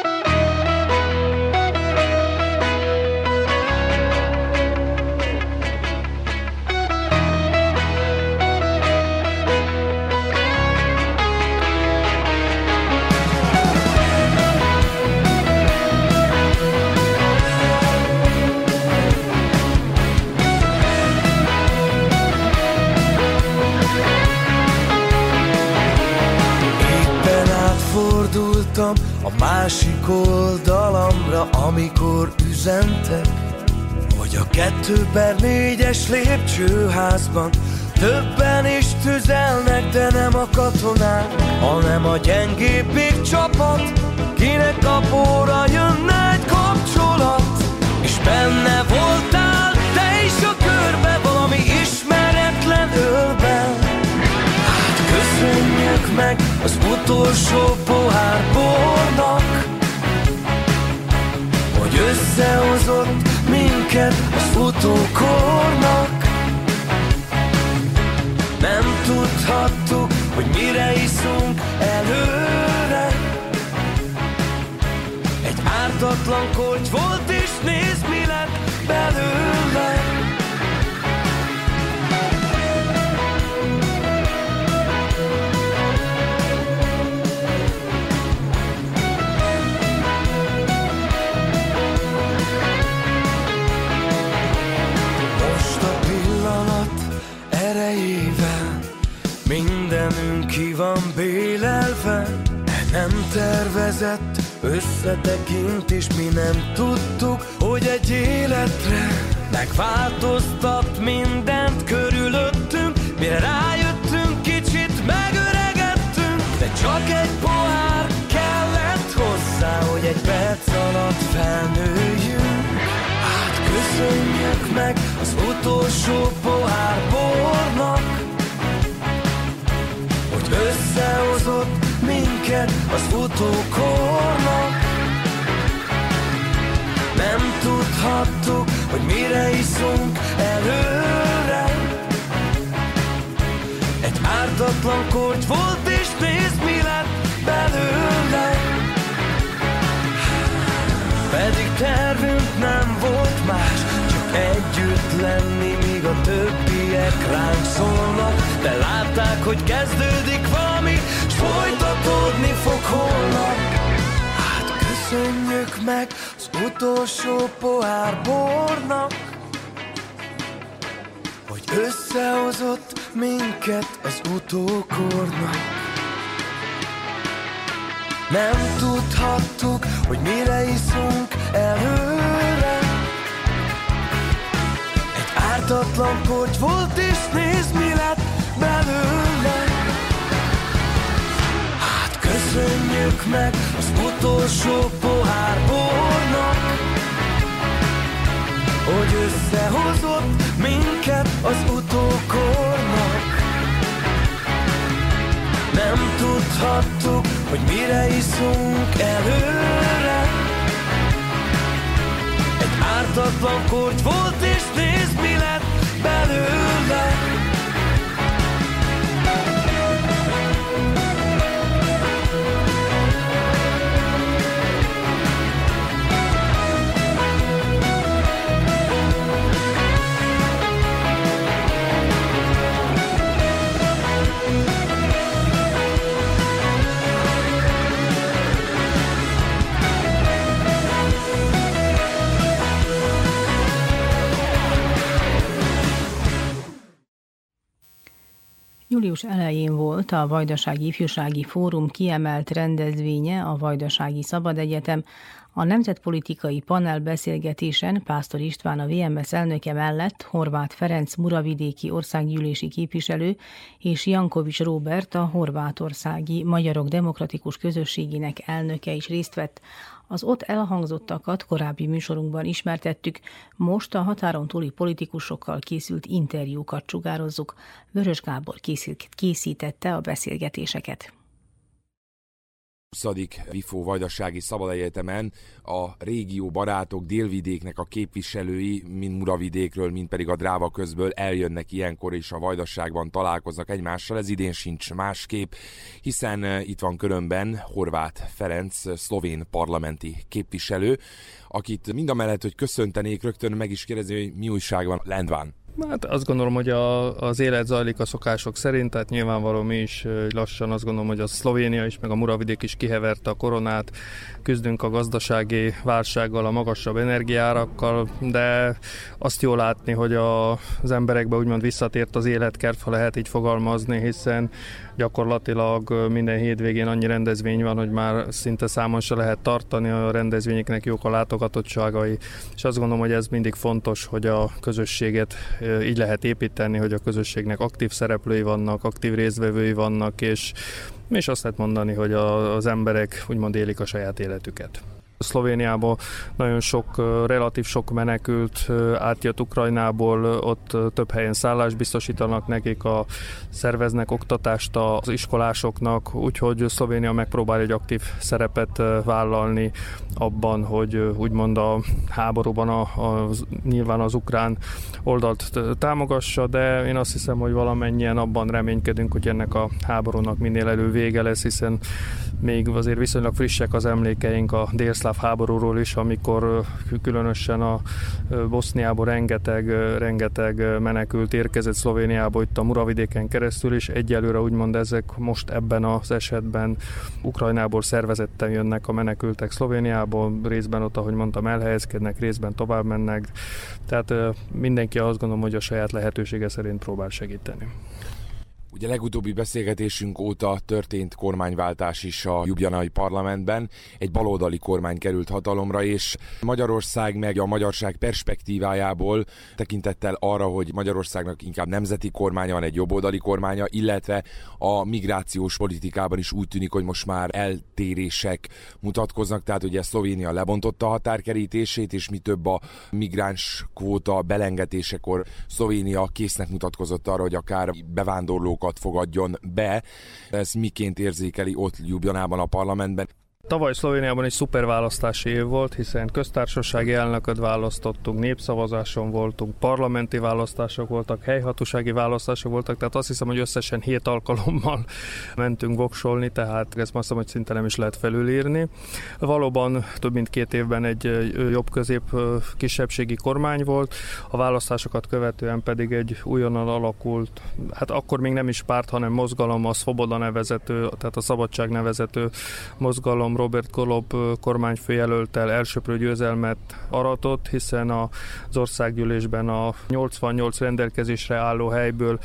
A másik oldalamra, amikor üzentek, hogy a 2/4-es lépcsőházban Többen is tüzelnek, de nem a katonák, hanem a gyengébbik csapat, kinek kapóra jönne egy kapcsolat. És benne voltál te is a körbe, valami ismeretlen ölben. Hát köszönjük meg az utolsó pohár bornak, hogy összehozott minket az futókornak. Nem tudhattuk, hogy mire iszunk előre. Egy ártatlan korty volt, és nézd, mi lett belőle. Most a pillanat erejével mindenünk ki van bélelve. Nem tervezett összetekintés, mi nem tudtuk, hogy egy életre megváltoztat mindent körülöttünk. Mire rájöttünk, kicsit megöregettünk, de csak egy pohár kellett hozzá, hogy egy perc alatt felnőjünk. Hát köszönjük meg az utolsó pohár bornak, hogy összehozott minket az futókornak. Nem tudhattuk, hogy mire iszunk előre. Egy ártatlan korty volt, és nézd, mi lett belőle. Pedig tervünk nem volt más, csak együtt lenni, míg a többiek ránk szólnak. De látták, hogy kezdődik valami, s folytatódni fog holnap. Hát köszönjük meg az utolsó pohár bornak, hogy összehozott minket az utókornak. Nem tudhattuk, hogy mire iszunk előre. Egy ártatlan korty volt, és nézd, mi lett belőle. Hát köszönjük meg az utolsó pohár bornak, hogy összehozott minket az utókornak. Nem tudhattuk, hogy mire iszunk előre. Egy ártatlan korty volt, és nézd, mi lett belőle. Július elején volt a Vajdasági Ifjúsági Fórum kiemelt rendezvénye, a Vajdasági Szabadegyetem. A nemzetpolitikai panel beszélgetésen Pásztor István, a VMS elnöke mellett Horváth Ferenc muravidéki országgyűlési képviselő és Jankovics Róbert, a horvátországi Magyarok Demokratikus Közösségének elnöke is részt vett. Az ott elhangzottakat korábbi műsorunkban ismertettük, most a határon túli politikusokkal készült interjúkat sugározzuk. Vörös Gábor készítette a beszélgetéseket. 20. VIFO Vajdasági Szabadegyetemen a régió barátok délvidéknek a képviselői, mind Muravidékről, mind pedig a Dráva közből eljönnek ilyenkor, és a Vajdaságban találkoznak egymással. Ez idén sincs másképp, hiszen itt van körömben Horváth Ferenc, szlovén parlamenti képviselő, akit mindamellett, hogy köszöntenék, rögtön meg is kérdezni, hogy mi újság van lent van. Hát azt gondolom, hogy az élet zajlik a szokások szerint, tehát nyilvánvaló mi is lassan azt gondolom, hogy a Szlovénia is, meg a Muravidék is kiheverte a koronát, küzdünk a gazdasági válsággal, a magasabb energiaárakkal, de azt jól látni, hogy az emberekbe úgymond visszatért az életkerv, ha lehet így fogalmazni, hiszen gyakorlatilag minden hétvégén annyi rendezvény van, hogy már szinte számon se lehet tartani, a rendezvényeknek jók a látogatottságai, és azt gondolom, hogy ez mindig fontos, hogy a közösséget így lehet építeni, hogy a közösségnek aktív szereplői vannak, aktív résztvevői vannak, és azt lehet mondani, hogy az emberek úgymond élik a saját életüket. Szlovéniában nagyon relatív sok menekült átjött Ukrajnából, ott több helyen szállást biztosítanak nekik, szerveznek oktatást az iskolásoknak, úgyhogy Szlovénia megpróbál egy aktív szerepet vállalni abban, hogy úgymond a háborúban nyilván az ukrán oldalt támogassa, de én azt hiszem, hogy valamennyien abban reménykedünk, hogy ennek a háborúnak minél előbb vége lesz, hiszen még azért viszonylag frissek az emlékeink a délszláv háborúról is, amikor különösen a Boszniából rengeteg menekült érkezett Szlovéniába, itt a Muravidéken keresztül is. Egyelőre úgymond ezek most ebben az esetben Ukrajnából szervezetten jönnek a menekültek Szlovéniából, részben ott, ahogy mondtam, elhelyezkednek, részben tovább mennek. Tehát mindenki azt gondolom, hogy a saját lehetősége szerint próbál segíteni. Ugye legutóbbi beszélgetésünk óta történt kormányváltás is a ljubljanai parlamentben. Egy baloldali kormány került hatalomra, és Magyarország meg a magyarság perspektívájából tekintettel arra, hogy Magyarországnak inkább nemzeti kormánya van, egy jobboldali kormánya, illetve a migrációs politikában is úgy tűnik, hogy most már eltérések mutatkoznak, tehát ugye Szlovénia lebontotta a határkerítését, és mi több a migráns kvóta belengetésekor Szlovénia késznek mutatkozott arra, hogy akár bevándorlókat fogadjon be. Ez miként érzékeli ott Ljubljanában a parlamentben? Tavaly Szlovéniában egy szuperválasztási év volt, hiszen köztársasági elnököt választottunk, népszavazáson voltunk, parlamenti választások voltak, helyhatósági választások voltak, tehát azt hiszem, hogy összesen 7 alkalommal mentünk voksolni, tehát ezt azt hiszem, hogy szinte nem is lehet felülírni. Valóban több mint 2 évben egy jobb-közép kisebbségi kormány volt, a választásokat követően pedig egy újonnan alakult, hát akkor még nem is párt, hanem mozgalom, a Svoboda nevezető, tehát a Szabadság nevezető mozgalom Robert Golob kormányfőjelölttel elsöprő győzelmet aratott, hiszen az országgyűlésben a 88 rendelkezésre álló helyből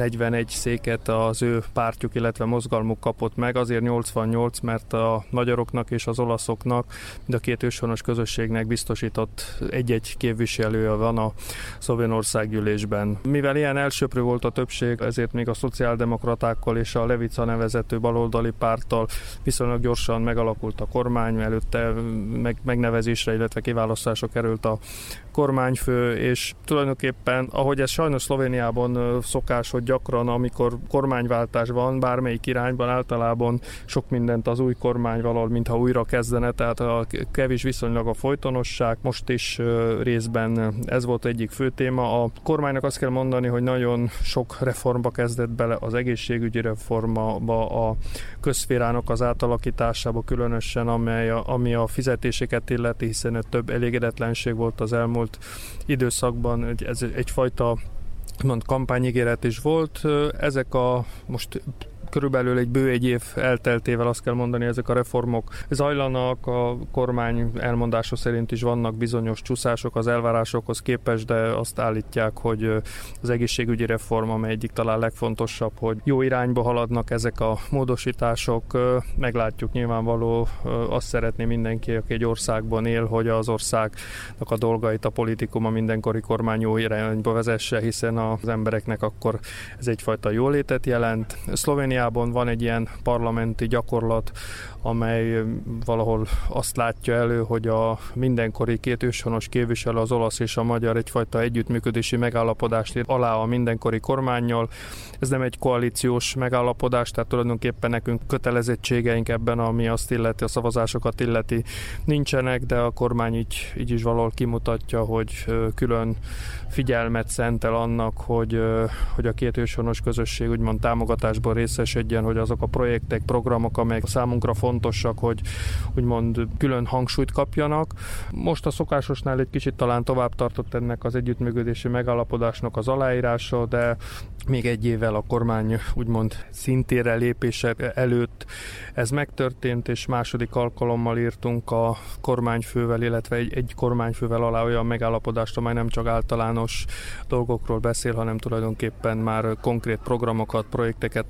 41 széket az ő pártjuk, illetve mozgalmuk kapott meg. Azért 88, mert a magyaroknak és az olaszoknak, mind a 2 őshonos közösségnek biztosított egy-egy képviselője van a szlovén országgyűlésben. Mivel ilyen elsöprő volt a többség, ezért még a szociáldemokratákkal és a Levica nevezető baloldali párttal viszonylag gyorsan megalakult a kormány, előtte megnevezésre, illetve kiválasztásra került a kormányfő, és tulajdonképpen, ahogy ez sajnos Szlovéniában szokás, hogy gyakran, amikor kormányváltás van, bármelyik irányban általában sok mindent az új kormány valahol, mintha újra kezdene, tehát a kevés viszonylag a folytonosság, most is részben ez volt egyik fő téma. A kormánynak azt kell mondani, hogy nagyon sok reformba kezdett bele, az egészségügyi reformba, a közszférának az átalakításába, különösen ami a fizetéseket illeti, hiszen több elégedetlenség volt az elmúlt időszakban, ez egyfajta kampányígéret is volt. Ezek most körülbelül egy bő 1 év elteltével azt kell mondani, ezek a reformok zajlanak, a kormány elmondása szerint is vannak bizonyos csúszások az elvárásokhoz képest, de azt állítják, hogy az egészségügyi reform, amely egyik talán legfontosabb, hogy jó irányba haladnak ezek a módosítások. Meglátjuk, nyilvánvaló, azt szeretné mindenki, aki egy országban él, hogy az országnak a dolgait a politikum, a mindenkori kormány jó irányba vezesse, hiszen az embereknek akkor ez egyfajta jólétet jelent. Szlovéniában van egy ilyen parlamenti gyakorlat, amely valahol azt látja elő, hogy a mindenkori 2 őshonos képviselő, az olasz és a magyar egyfajta együttműködési megállapodást ír alá a mindenkori kormánnyal. Ez nem egy koalíciós megállapodás, tehát tulajdonképpen nekünk kötelezettségeink ebben, ami azt illeti, a szavazásokat illeti, nincsenek, de a kormány így is valahol kimutatja, hogy külön figyelmet szentel annak, hogy a 2 őshonos közösség úgymond támogatásból részesedjen, hogy azok a projektek, programok, amelyek számunkra fontosak, hogy úgymond külön hangsúlyt kapjanak. Most a szokásosnál egy kicsit talán tovább tartott ennek az együttműködési megállapodásnak az aláírása, de még 1 évvel a kormány úgymond szintére lépése előtt ez megtörtént, és második alkalommal írtunk a kormányfővel, illetve egy kormányfővel alá olyan megállapodást, amely nem csak általános dolgokról beszél, hanem tulajdonképpen már konkrét programokat, projekteket tartalmaz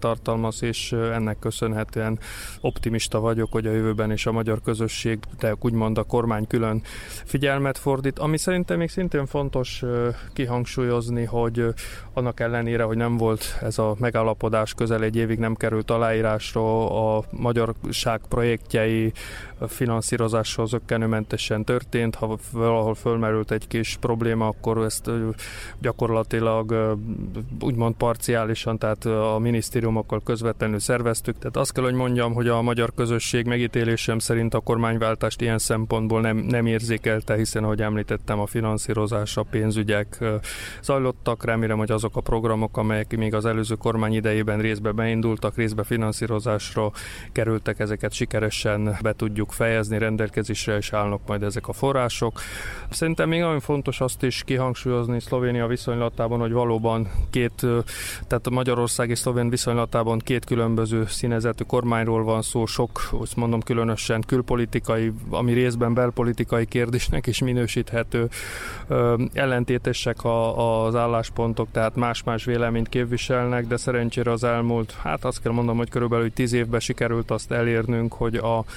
szakasz, és ennek köszönhetően optimista vagyok, hogy a jövőben is a magyar közösség, de úgymond a kormány külön figyelmet fordít. Ami szerintem még szintén fontos kihangsúlyozni, hogy annak ellenére, hogy nem volt ez a megállapodás, közel egy évig nem került aláírásra, a magyarság projektjei finanszírozáshoz zökkenőmentesen történt. Ha valahol fölmerült egy kis probléma, akkor ezt gyakorlatilag úgymond parciálisan, tehát a minisztériumokkal közvetlenül szerveztük. Tehát azt kell, hogy mondjam, hogy a magyar közösség megítélésem szerint a kormányváltást ilyen szempontból nem érzékelte, hiszen, ahogy említettem, a finanszírozás, a pénzügyek zajlottak. Remélem, hogy azok a programok, amelyek még az előző kormány idejében részbe beindultak, részbe finanszírozásra kerültek, ezeket sikeresen be tudjuk fejezni, rendelkezésre is állnak majd ezek a források. Szerintem még nagyon fontos azt is kihangsúlyozni Szlovénia viszonylatában, hogy valóban tehát a Magyarország és Szlovén viszonylatában két különböző színezetű kormányról van szó, sok, azt mondom, különösen külpolitikai, ami részben belpolitikai kérdésnek is minősíthető, ellentétesek az álláspontok, tehát más-más véleményt képviselnek, de szerencsére az elmúlt, azt kell mondom, hogy körülbelül 10 évben sikerült azt elérnünk, hogy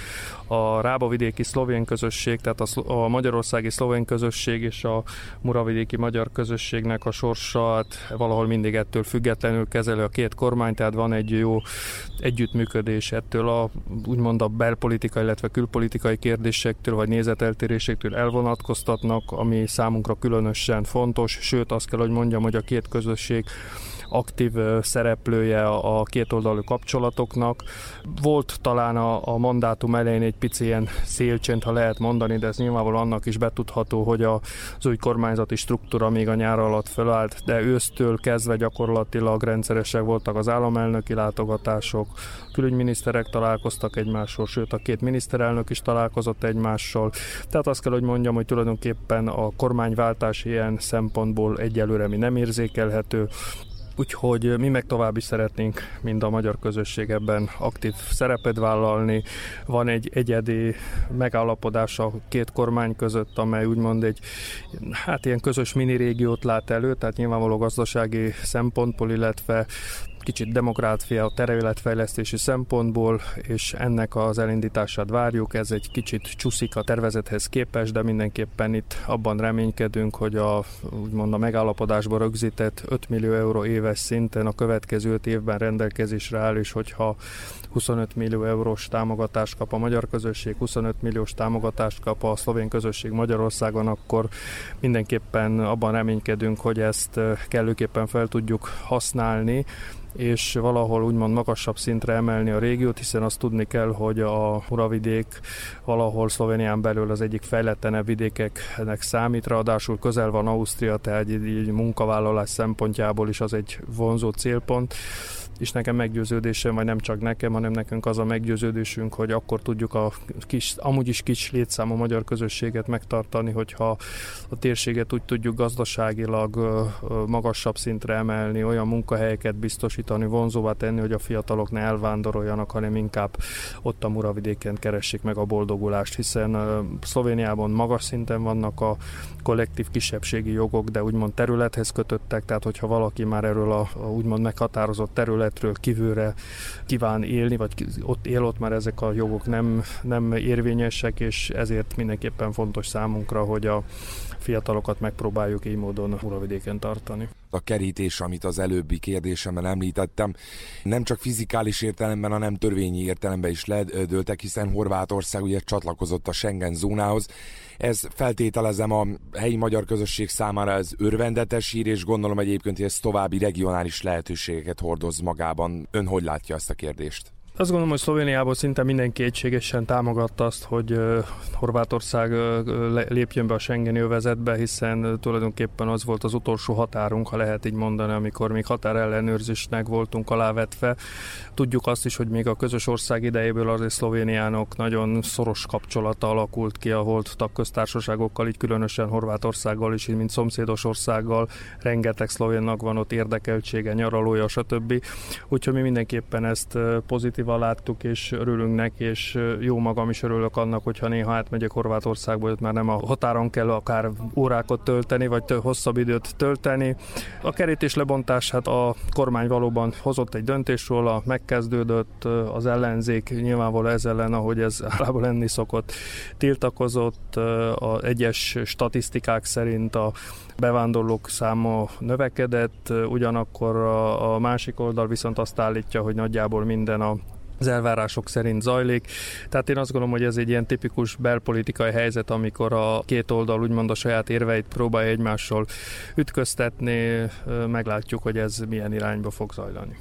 a rábavidéki szlovén közösség, tehát a magyarországi szlovén közösség és a muravidéki magyar közösségnek a sorsa valahol mindig ettől függetlenül kezeli a két kormány, tehát van egy jó együttműködés ettől úgymond a belpolitikai, illetve külpolitikai kérdésektől vagy nézeteltérésektől elvonatkoztatnak, ami számunkra különösen fontos, sőt azt kell, hogy mondjam, hogy a két közösség aktív szereplője a kétoldalú kapcsolatoknak. Volt talán a mandátum elején egy pici ilyen szélcsend, ha lehet mondani, de ez nyilvánvalóan annak is betudható, hogy az új kormányzati struktúra még a nyár alatt felállt, de ősztől kezdve gyakorlatilag rendszeresek voltak az államelnöki látogatások, külügyminiszterek találkoztak egymással, sőt a két miniszterelnök is találkozott egymással. Tehát azt kell, hogy mondjam, hogy tulajdonképpen a kormányváltás ilyen szempontból egyelőre mi nem érzékelhető. Úgyhogy mi meg tovább is szeretnénk mind a magyar közösség ebben aktív szerepet vállalni. Van egy egyedi megállapodás a két kormány között, amely úgymond egy ilyen közös minirégiót lát elő, tehát nyilvánvaló gazdasági szempontból, illetve kicsit demográfia, területfejlesztési szempontból, és ennek az elindítását várjuk. Ez egy kicsit csúszik a tervezethez képest, de mindenképpen itt abban reménykedünk, hogy úgymond a megállapodásban rögzített 5 millió euró éves szinten a következő 5 évben rendelkezésre áll, és hogyha 25 millió eurós támogatást kap a magyar közösség, 25 milliós támogatást kap a szlovén közösség Magyarországon, akkor mindenképpen abban reménykedünk, hogy ezt kellőképpen fel tudjuk használni, és valahol úgymond magasabb szintre emelni a régiót, hiszen azt tudni kell, hogy a Muravidék valahol Szlovénián belül az egyik fejletlenebb vidékeknek számít, ráadásul közel van Ausztria, tehát egy munkavállalás szempontjából is az egy vonzó célpont, és nekem meggyőződésem, vagy nem csak nekem, hanem nekünk az a meggyőződésünk, hogy akkor tudjuk a amúgy is kis létszámú magyar közösséget megtartani, hogyha a térséget úgy tudjuk gazdaságilag magasabb szintre emelni, olyan munkahelyeket biztosítani, vonzóvá tenni, hogy a fiatalok ne elvándoroljanak, hanem inkább ott a Muravidéken keressék meg a boldogulást, hiszen Szlovéniában magas szinten vannak a kollektív kisebbségi jogok, de úgymond területhez kötöttek, tehát hogyha valaki már erről a úgymond meghatározott területről kívülre kíván élni, vagy ott él, ott már ezek a jogok nem érvényesek, és ezért mindenképpen fontos számunkra, hogy a fiatalokat megpróbáljuk így módon Muravidéken tartani. A kerítés, amit az előbbi kérdésemben említettem, nem csak fizikális értelemben, hanem törvényi értelemben is ledőltek, hiszen Horvátország ugye csatlakozott a Schengen zónához. Ez feltételezem a helyi magyar közösség számára ez örvendetes hír, és gondolom egyébként, hogy ez további regionális lehetőségeket hordoz magában. Ön hogy látja ezt a kérdést? Azt gondolom, hogy Szlovéniából szinte mindenki egységesen támogatta azt, hogy Horvátország lépjön be a Schengeni övezetbe, hiszen tulajdonképpen az volt az utolsó határunk, ha lehet így mondani, amikor még határellenőrzésnek voltunk alávetve. Tudjuk azt is, hogy még a közös ország idejéből azért Szlovéniának nagyon szoros kapcsolata alakult ki a volt tagköztársaságokkal, így különösen Horvátországgal is, így mint szomszédos országgal. Rengeteg szlovénnak van ott érdekeltsége, nyaralója, stb. Úgyhogy mi mindenképpen ezt pozitívan pozitívval láttuk, és örülünk neki, és jó magam is örülök annak, hogyha néha átmegyek Horvátországba, ott már nem a határon kell akár órákat tölteni, vagy hosszabb időt tölteni. A kerítés lebontását a kormány valóban hozott egy döntés róla, megkezdődött, az ellenzék nyilvánvaló ez ellen, ahogy ez általában lenni szokott, tiltakozott, az egyes statisztikák szerint a bevándorlók száma növekedett, ugyanakkor a másik oldal viszont azt állítja, hogy nagyjából minden az elvárások szerint zajlik. Tehát én azt gondolom, hogy ez egy ilyen tipikus belpolitikai helyzet, amikor a két oldal úgymond a saját érveit próbálja egymással ütköztetni, meglátjuk, hogy ez milyen irányba fog zajlani.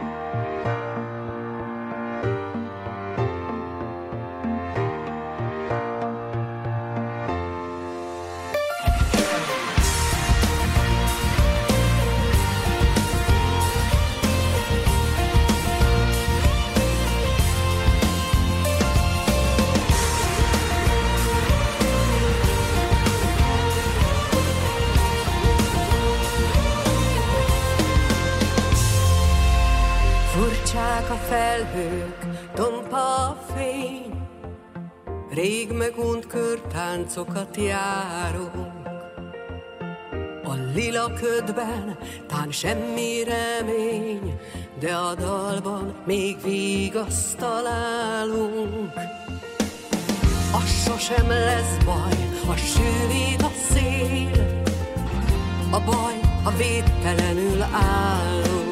A felhők, tompa a fény, rég megunt körtáncokat járunk. A lila ködben tán semmi remény, de a dalban még vigaszt találunk. Az sosem lesz baj, ha sűrít a szél, a baj, ha védtelenül állunk.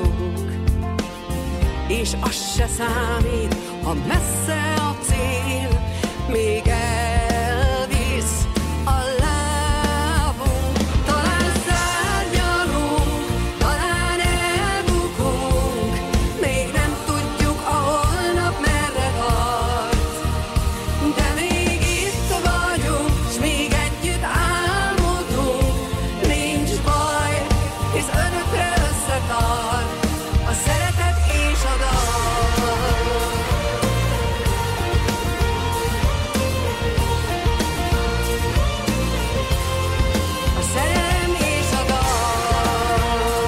És az se számít, ha messze a cél, még elvisz a lábunk. Talán szárnyalunk, talán elbukunk, még nem tudjuk a holnap merre tart. De még itt vagyunk, s még együtt álmodunk, nincs baj, hisz önökre összetart a szeretet és a dal. A szerelem és a dal.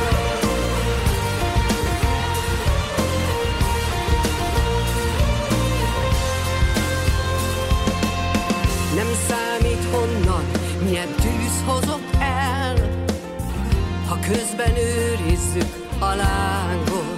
Nem számít honnan, milyen tűz hozott el, ha közben őrizzük a lángot.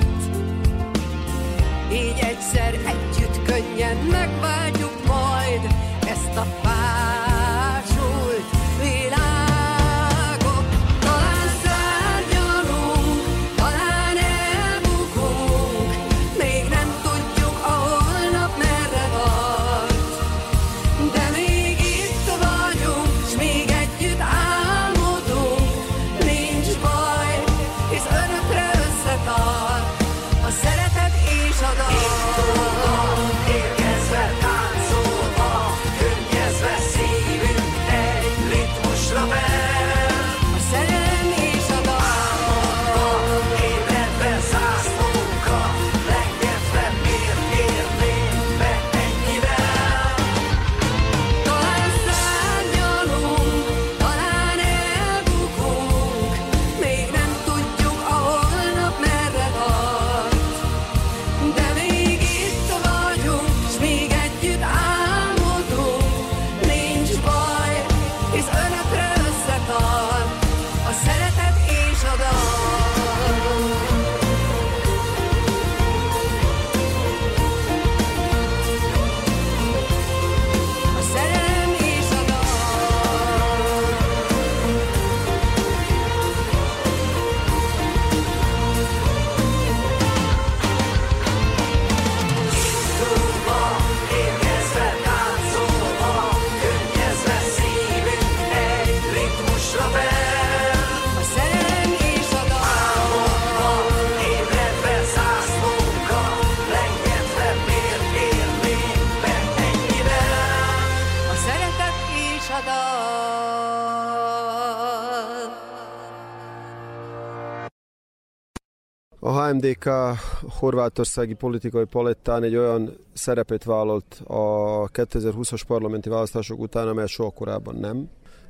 Így egyszer együtt könnyen megváltjuk majd ezt a fásult világot. Talán szárnyalunk, talán elbukunk, még nem tudjuk a holnap merre tart. De még itt vagyunk, s még együtt álmodunk, nincs baj, hisz önökre összetart a szeretet és a dal. Érkezve, táncolva, könnyezve szívünk egy ritmusra fel. A szerelem és a dal. Álmodva, ébredve zászlónkkal, lengetve miért érnénk be ennyivel. Talán szárnyalunk, talán elbukunk, még nem tudjuk a holnap merre tart. De még itt vagyunk, s még együtt álmodunk, nincs baj, hisz önökre összetart a szeretet és a dal. A szerelem és a dal. Indulva, érkezve, táncolva, könnyezve szívünk egy ritmusra fel. A szerelem és a dal. Álmodva, ébredve zászlónkkal, lengetve miért érnénk be ennyivel. A szeretet és a dal. A HMDK horvátországi politikai palettán egy olyan szerepet vállalt a 2020-as parlamenti választások után, amelyet soha korábban nem.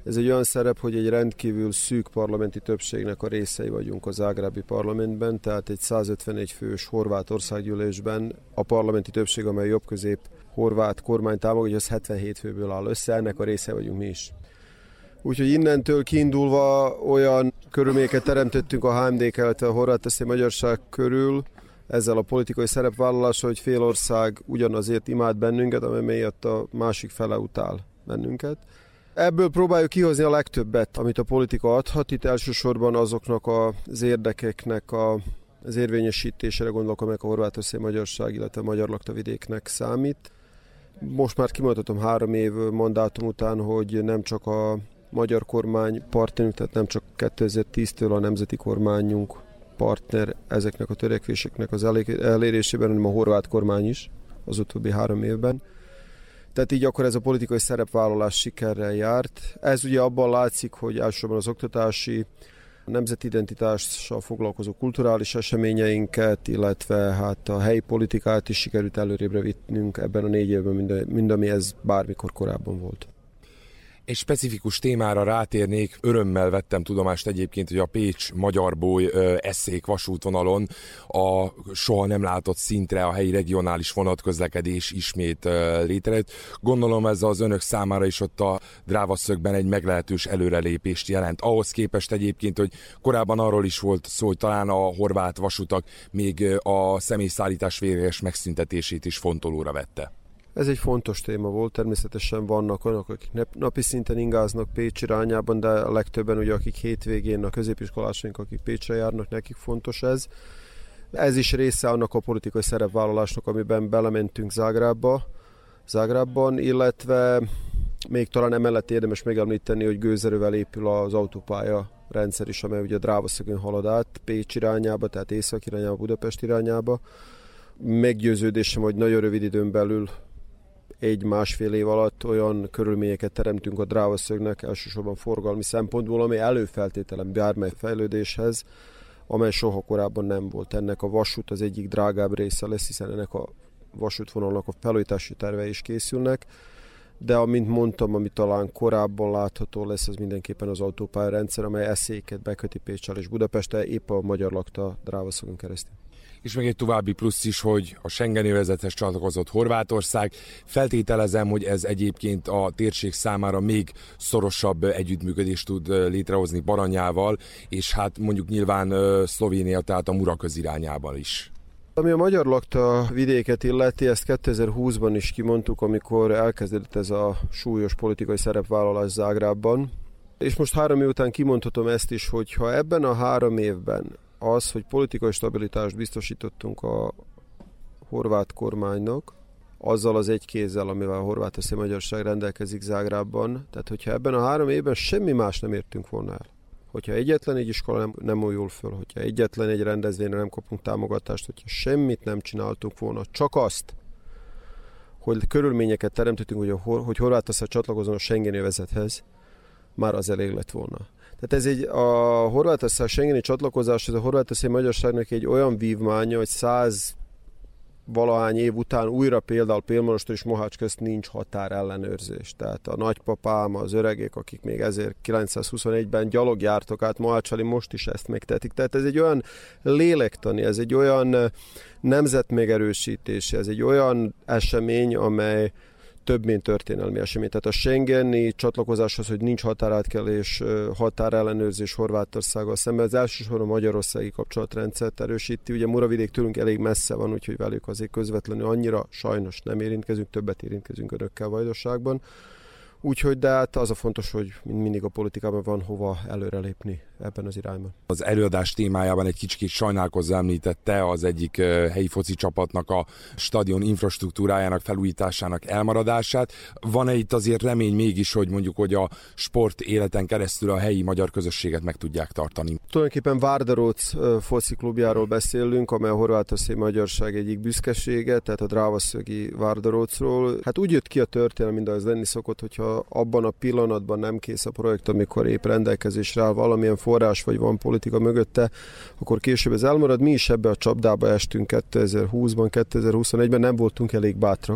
Ez egy olyan szerep, hogy egy rendkívül szűk parlamenti többségnek a részei vagyunk a zágrábi parlamentben, tehát egy 151 fős horvát országgyűlésben a parlamenti többség, amely jobb-közép horvát kormány támogatja, az 77 főből áll össze, ennek a része vagyunk mi is. Úgyhogy innentől kiindulva olyan körülményeket teremtettünk a HMD-k, illetve a horvát magyarság körül, ezzel a politikai szerepvállalással, hogy fél ország ugyanazért imád bennünket, amely miatt a másik fele utál bennünket. Ebből próbáljuk kihozni a legtöbbet, amit a politika adhat. Itt elsősorban azoknak az érdekeknek az érvényesítésére gondolok, amelyek a horvátországi magyarság, illetve a magyar laktavidéknek számít. Most már kimondhatom 3 év mandátum után, hogy nem csak a magyar kormány partnerünk, tehát nem csak 2010-től a nemzeti kormányunk partner ezeknek a törekvéseknek az elérésében, hanem a horvát kormány is az utóbbi 3 évben. Tehát így akkor ez a politikai szerepvállalás sikerrel járt. Ez ugye abban látszik, hogy elsősorban az oktatási, nemzeti identitással foglalkozó kulturális eseményeinket, illetve hát a helyi politikát is sikerült előrébre vinnünk ebben a 4 évben, mind ami ez bármikor korábban volt. Egy specifikus témára rátérnék, örömmel vettem tudomást egyébként, hogy a Pécs-Magyarboly Eszék vasútvonalon a soha nem látott szintre a helyi regionális vonatközlekedés ismét létrejött. Gondolom ez az önök számára is ott a Drávaszögben egy meglehetős előrelépést jelent. Ahhoz képest egyébként, hogy korábban arról is volt szó, hogy talán a horvát vasutak még a személyszállítás végleges megszüntetését is fontolóra vette. Ez egy fontos téma volt, természetesen vannak olyanok, akik napi szinten ingáznak Pécs irányában, de a legtöbben ugye, akik hétvégén a középiskolásaink, akik Pécsre járnak, nekik fontos ez. Ez is része annak a politikai szerepvállalásnak, amiben belementünk Zágrábban, illetve még talán emellett érdemes megemlíteni, hogy gőzerővel épül az autópálya rendszer is, amely ugye Drávaszögön halad át Pécs irányába, tehát észak irányába, Budapest irányába. Meggyőződésem, hogy nagyon rövid időn belül 1-1,5 év alatt olyan körülményeket teremtünk a Drávaszögnek, elsősorban forgalmi szempontból, ami előfeltételem bármely fejlődéshez, amely soha korábban nem volt. Ennek a vasút az egyik drágább része lesz, hiszen ennek a vasútvonalnak a felújítási tervei is készülnek, de amint mondtam, ami talán korábban látható lesz, az mindenképpen az autópályarendszer, amely Eszéket beköti Péccsel és Budapestre, épp a magyar lakta Drávaszögön keresztül. És még egy további plusz is, hogy a Schengeni övezethez csatlakozott Horvátország. Feltételezem, hogy ez egyébként a térség számára még szorosabb együttműködést tud létrehozni Baranyával, és hát mondjuk nyilván Szlovénia, tehát a Muraköz irányában is. Ami a magyar lakta vidéket illeti, ezt 2020-ban is kimondtuk, amikor elkezdődött ez a súlyos politikai szerepvállalás Zágrábban. És most 3 év után kimondhatom ezt is, hogy ha ebben a 3 évben az, hogy politikai stabilitást biztosítottunk a horvát kormánynak, azzal az egy kézzel, amivel a horvátországi magyarság rendelkezik Zágrábban, tehát hogyha ebben a 3 évben semmi más nem értünk volna el, hogyha egyetlen egy iskola nem újul föl, hogyha egyetlen egy rendezvényre nem kapunk támogatást, hogyha semmit nem csináltunk volna, csak azt, hogy körülményeket teremtettünk, hogy Horvátország csatlakozzon a Schengeni övezethez, már az elég lett volna. Tehát a Horvátország Schengeni csatlakozás, ez a horvátországi magyarságnak egy olyan vívmánya, hogy 100 valahány év után újra például Pélmonostor és Mohács közt nincs határellenőrzés. Tehát a nagypapám, az öregek, akik még 1921-ben gyalog jártak át Mohács felé, most is ezt megtetik. Tehát ez egy olyan lélektani, ez egy olyan nemzetmegerősítés, ez egy olyan esemény, amely több, mint történelmi esemény. Tehát a Schengeni csatlakozáshoz, hogy nincs határátkelés, határellenőrzés Horvátországgal szemben, az elsősorban a magyarországi kapcsolatrendszert erősíti. Ugye Muravidék tőlünk elég messze van, úgyhogy velük azért közvetlenül annyira sajnos nem érintkezünk, többet érintkezünk önökkel Vajdaságban. Úgyhogy de hát az a fontos, hogy mindig a politikában van hova előrelépni ebben az irányban. Az előadás témájában egy kicsit sajnálkozva említette az egyik helyi foci csapatnak a stadion infrastruktúrájának felújításának elmaradását. Van-e itt azért remény mégis, hogy mondjuk hogy a sport életen keresztül a helyi magyar közösséget meg tudják tartani? Tulajdonképpen Várdaróc foci klubjáról beszélünk, amely a horvátországi magyarság egyik büszkesége, tehát a Drávaszögi Várdarócról. Hát úgy jött ki a történelem, mint az lenni szokott, hogyha abban a pillanatban nem kész a projekt, amikor épp rendelkezésre áll valamilyen forrás, vagy van politika mögötte, akkor később ez elmarad. Mi is ebbe a csapdába estünk 2020-ban, 2021-ben, nem voltunk elég bátrak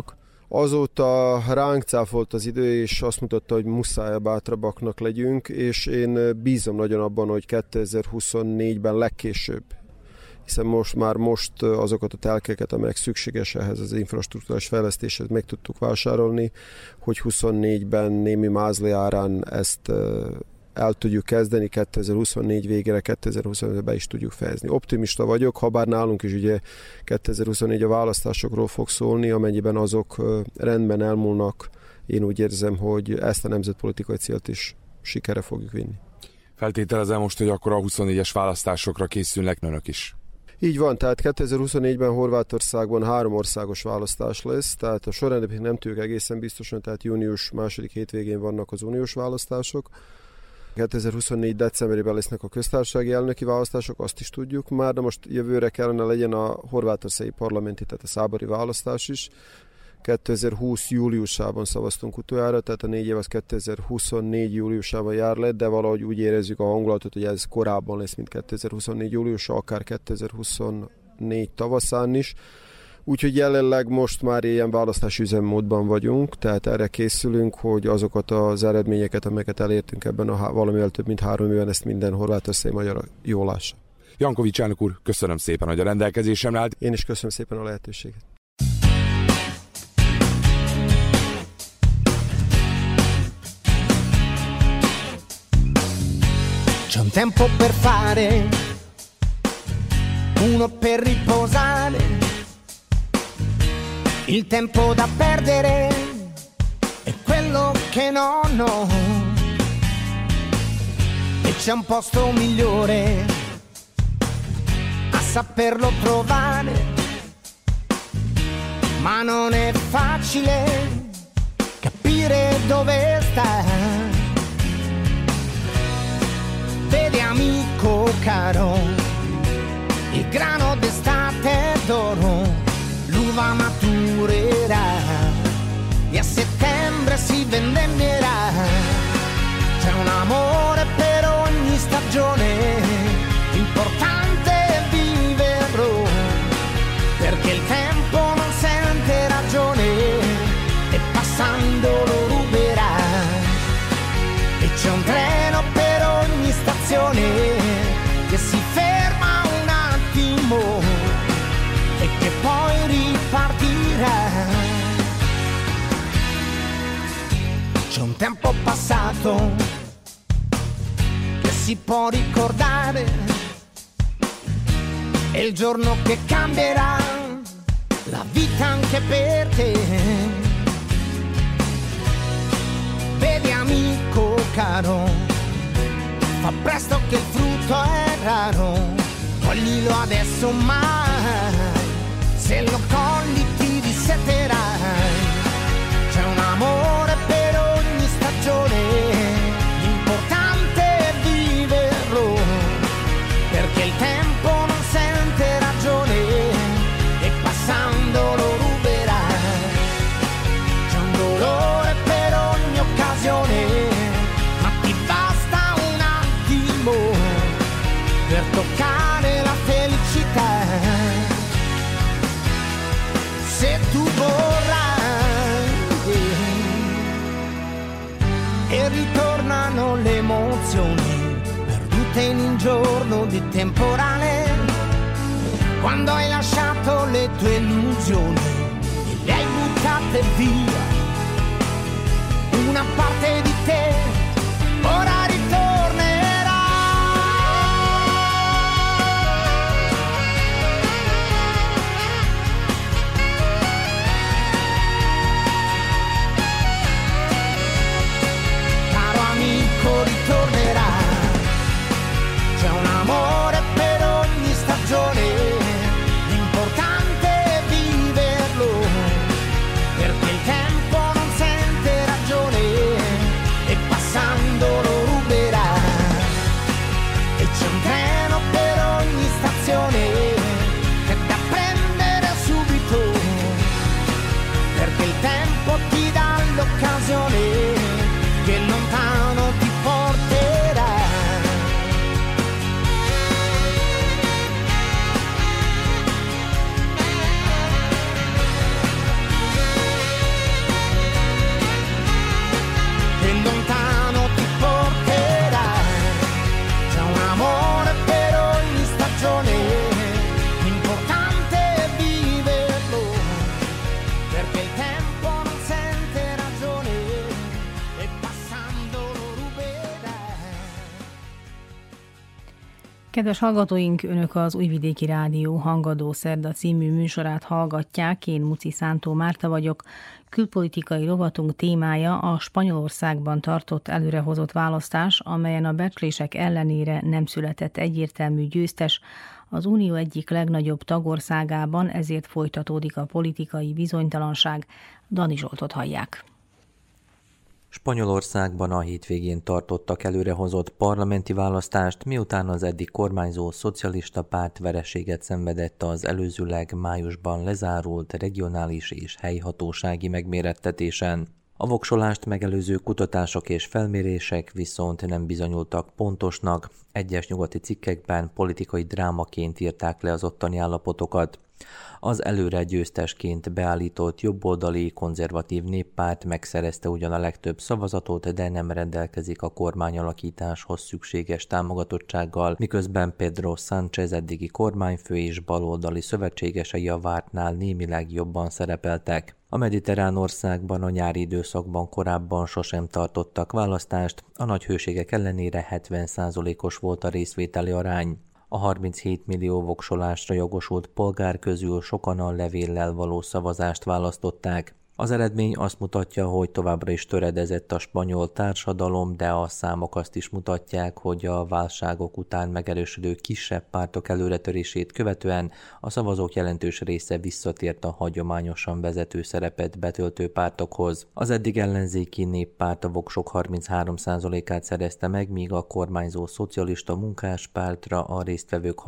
Azóta ránk cáfolt az idő, és azt mutatta, hogy muszáj bátrabbaknak legyünk, és én bízom nagyon abban, hogy 2024-ben legkésőbb, hiszen most azokat a telkeket, amelyek szükséges ehhez az infrastruktúrás fejlesztéshez meg tudtuk vásárolni, hogy 24-ben némi mázli árán ezt el tudjuk kezdeni, 2024 végére, 2025-ben is tudjuk fejezni. Optimista vagyok, habár nálunk is ugye 2024 a választásokról fog szólni, amennyiben azok rendben elmúlnak, én úgy érzem, hogy ezt a nemzetpolitikai célt is sikerre fogjuk vinni. Feltételezem most, hogy akkor a 24-es választásokra készülnek önök is. Így van, tehát 2024-ben Horvátországban 3 országos választás lesz, tehát a sorrendet nem tudjuk egészen biztosan, tehát június második hétvégén vannak az uniós választások. 2024. decemberében lesznek a köztársasági elnöki választások, azt is tudjuk már, de most jövőre kellene legyen a horvátországi parlamenti, tehát a szábori választás is. 2020. júliusában szavaztunk utoljára, tehát a 4 év az 2024. júliusában jár le, de valahogy úgy érezzük a hangulatot, hogy ez korábban lesz, mint 2024. júliusa, akár 2024 tavaszán is. Úgyhogy jelenleg most már ilyen választási üzemmódban vagyunk, tehát erre készülünk, hogy azokat az eredményeket, amelyeket elértünk ebben a valamivel több mint 3 évben, ezt minden horvátországi magyar jól lássa. Jankovics elnök úr, köszönöm szépen, hogy a rendelkezésemre állt. Én is köszönöm szépen a lehetőséget. C'è un tempo per fare, uno per riposare, il tempo da perdere è quello che non ho, e c'è un posto migliore a saperlo trovare, ma non è facile capire dove sta. Vedi amico caro, il grano d'estate d'oro, l'uva maturerà e a settembre si vendemmierà. C'è un amore per ogni stagione, l'importante è viverlo, perché il tempo non sente ragione e passando lo ruberà. E c'è un treno per ogni stazione che si ferma un attimo e che poi ripartirà. C'è un tempo passato che si può ricordare, è il giorno che cambierà la vita anche per te. Vedi amico caro, fa presto che il frutto è raro, coglilo adesso mai, se lo cogli ti disseterai. C'è un amore per ogni stagione, l'importante è viverlo, perché il tempo non sente ragione e passando lo ruberà. C'è un dolore per ogni occasione, ma ti basta un attimo per toccare la felicità. Se tu vorrai, e ritornano le emozioni perdute in un giorno di temporale, quando hai lasciato le tue illusioni e le hai buttate via. Una parte di te ora ritornerà. Caro amico ritornerà. C'è un amore per ogni stagione, l'importante è viverlo, perché il tempo non sente ragione Kedves hallgatóink, Önök az Újvidéki Rádió Hangadó Szerda című műsorát hallgatják. Én Muci Szántó Márta vagyok. Külpolitikai rovatunk témája a Spanyolországban tartott előrehozott választás, amelyen a becslések ellenére nem született egyértelmű győztes. Az Unió egyik legnagyobb tagországában ezért folytatódik a politikai bizonytalanság. Dani Zsoltot hallják. Spanyolországban a hétvégén tartottak előrehozott parlamenti választást, miután az eddig kormányzó szocialista párt vereséget szenvedett az előzőleg májusban lezárult regionális és helyhatósági megmérettetésen. A voksolást megelőző kutatások és felmérések viszont nem bizonyultak pontosnak, egyes nyugati cikkekben politikai drámaként írták le az ottani állapotokat. Az előre győztesként beállított jobboldali konzervatív néppárt megszerezte ugyan a legtöbb szavazatot, de nem rendelkezik a kormányalakításhoz szükséges támogatottsággal, miközben Pedro Sánchez eddigi kormányfő és baloldali szövetségesei a vártnál némileg jobban szerepeltek. A mediterrán országban a nyári időszakban korábban sosem tartottak választást, a nagy hőségek ellenére 70%-os volt a részvételi arány. A 37 millió voksolásra jogosult polgár közül sokan a levéllel való szavazást választották. Az eredmény azt mutatja, hogy továbbra is töredezett a spanyol társadalom, de a számok azt is mutatják, hogy a válságok után megerősödő kisebb pártok előretörését követően a szavazók jelentős része visszatért a hagyományosan vezető szerepet betöltő pártokhoz. Az eddig ellenzéki néppárt a voksok 33%-át szerezte meg, míg a kormányzó szocialista munkáspártra a résztvevők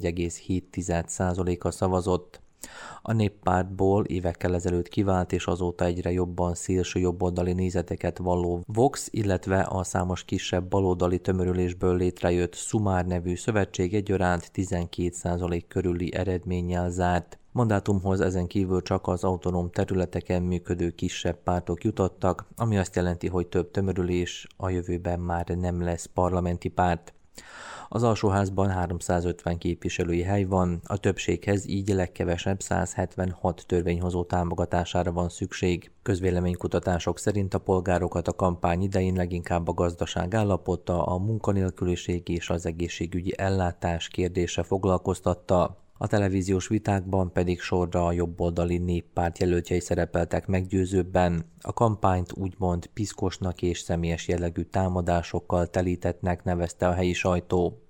31,7%-a szavazott. A néppártból évekkel ezelőtt kivált és azóta egyre jobban szélső jobboldali nézeteket valló Vox, illetve a számos kisebb baloldali tömörülésből létrejött Sumar nevű szövetség egyaránt 12% körüli eredménnyel zárt. Mandátumhoz ezen kívül csak az autonóm területeken működő kisebb pártok jutottak, ami azt jelenti, hogy több tömörülés a jövőben már nem lesz parlamenti párt. Az alsóházban 350 képviselői hely van, a többséghez így legkevesebb 176 törvényhozó támogatására van szükség. Közvéleménykutatások szerint a polgárokat a kampány idején leginkább a gazdaság állapota, a munkanélküliség és az egészségügyi ellátás kérdése foglalkoztatta. A televíziós vitákban pedig sorra a jobboldali néppárt jelöltjei szerepeltek meggyőzőbben. A kampányt úgymond piszkosnak és személyes jellegű támadásokkal telítettnek nevezte a helyi sajtó.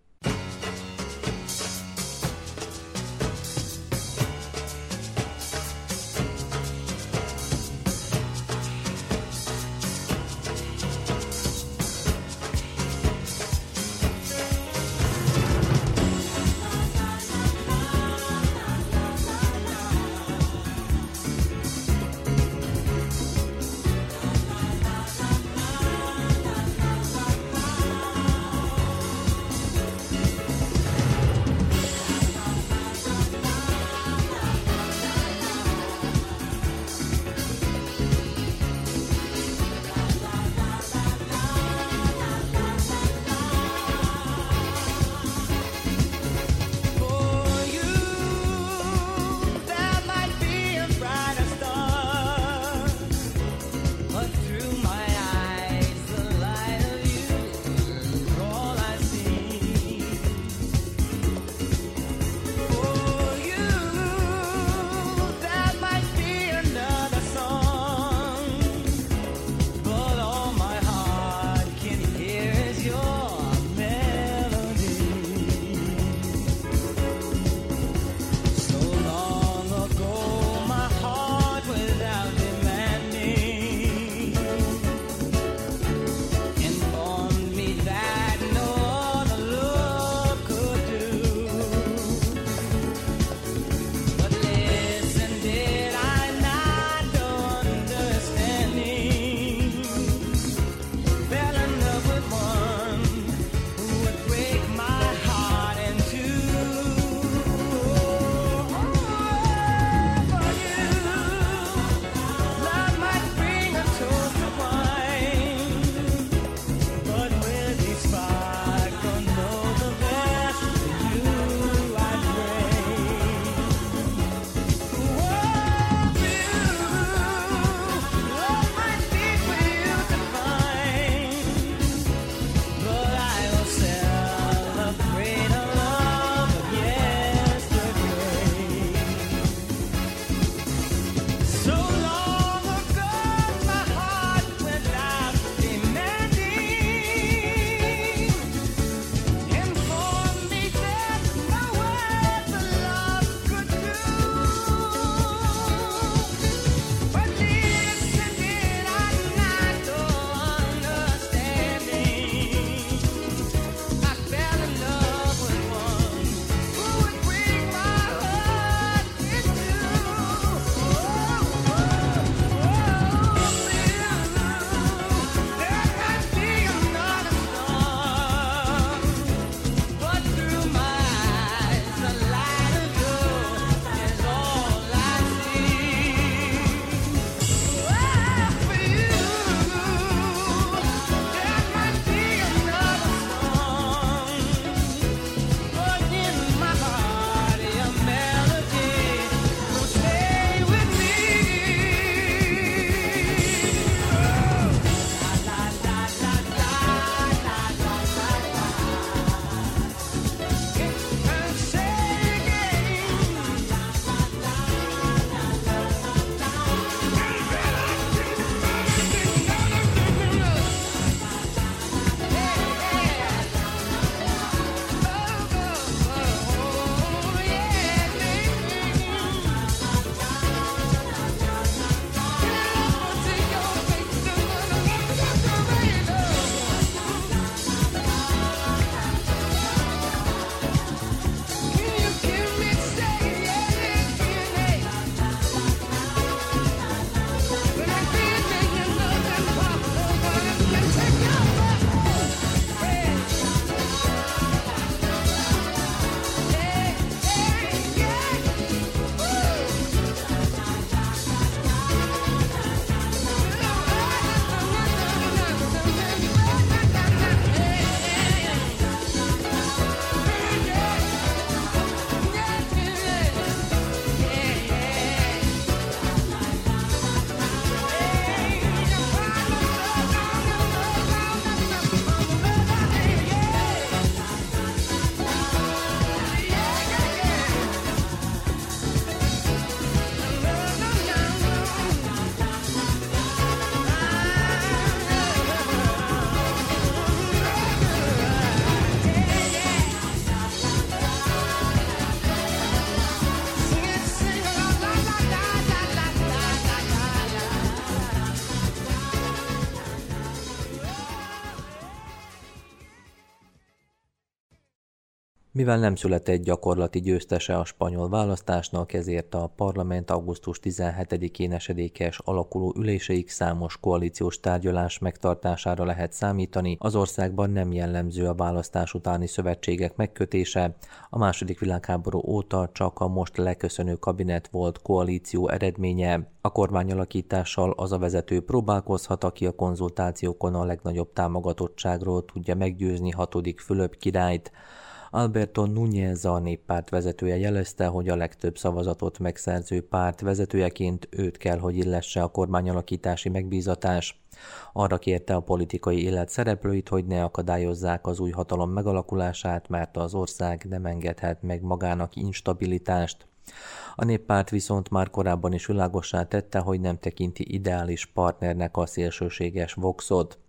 Mivel nem született gyakorlati győztese a spanyol választásnak, ezért a parlament augusztus 17-én esedékes alakuló üléseig számos koalíciós tárgyalás megtartására lehet számítani. Az országban nem jellemző a választás utáni szövetségek megkötése. A II. Világháború óta csak a most leköszönő kabinet volt koalíció eredménye. A kormányalakítással az a vezető próbálkozhat, aki a konzultációkon a legnagyobb támogatottságról tudja meggyőzni 6. Fülöp királyt. Alberto Núñez, a néppárt vezetője jelezte, hogy a legtöbb szavazatot megszerző párt vezetőjeként őt kell, hogy illesse a kormányalakítási megbízatás. Arra kérte a politikai élet szereplőit, hogy ne akadályozzák az új hatalom megalakulását, mert az ország nem engedhet meg magának instabilitást. A néppárt viszont már korábban is világossá tette, hogy nem tekinti ideális partnernek a szélsőséges Voxot.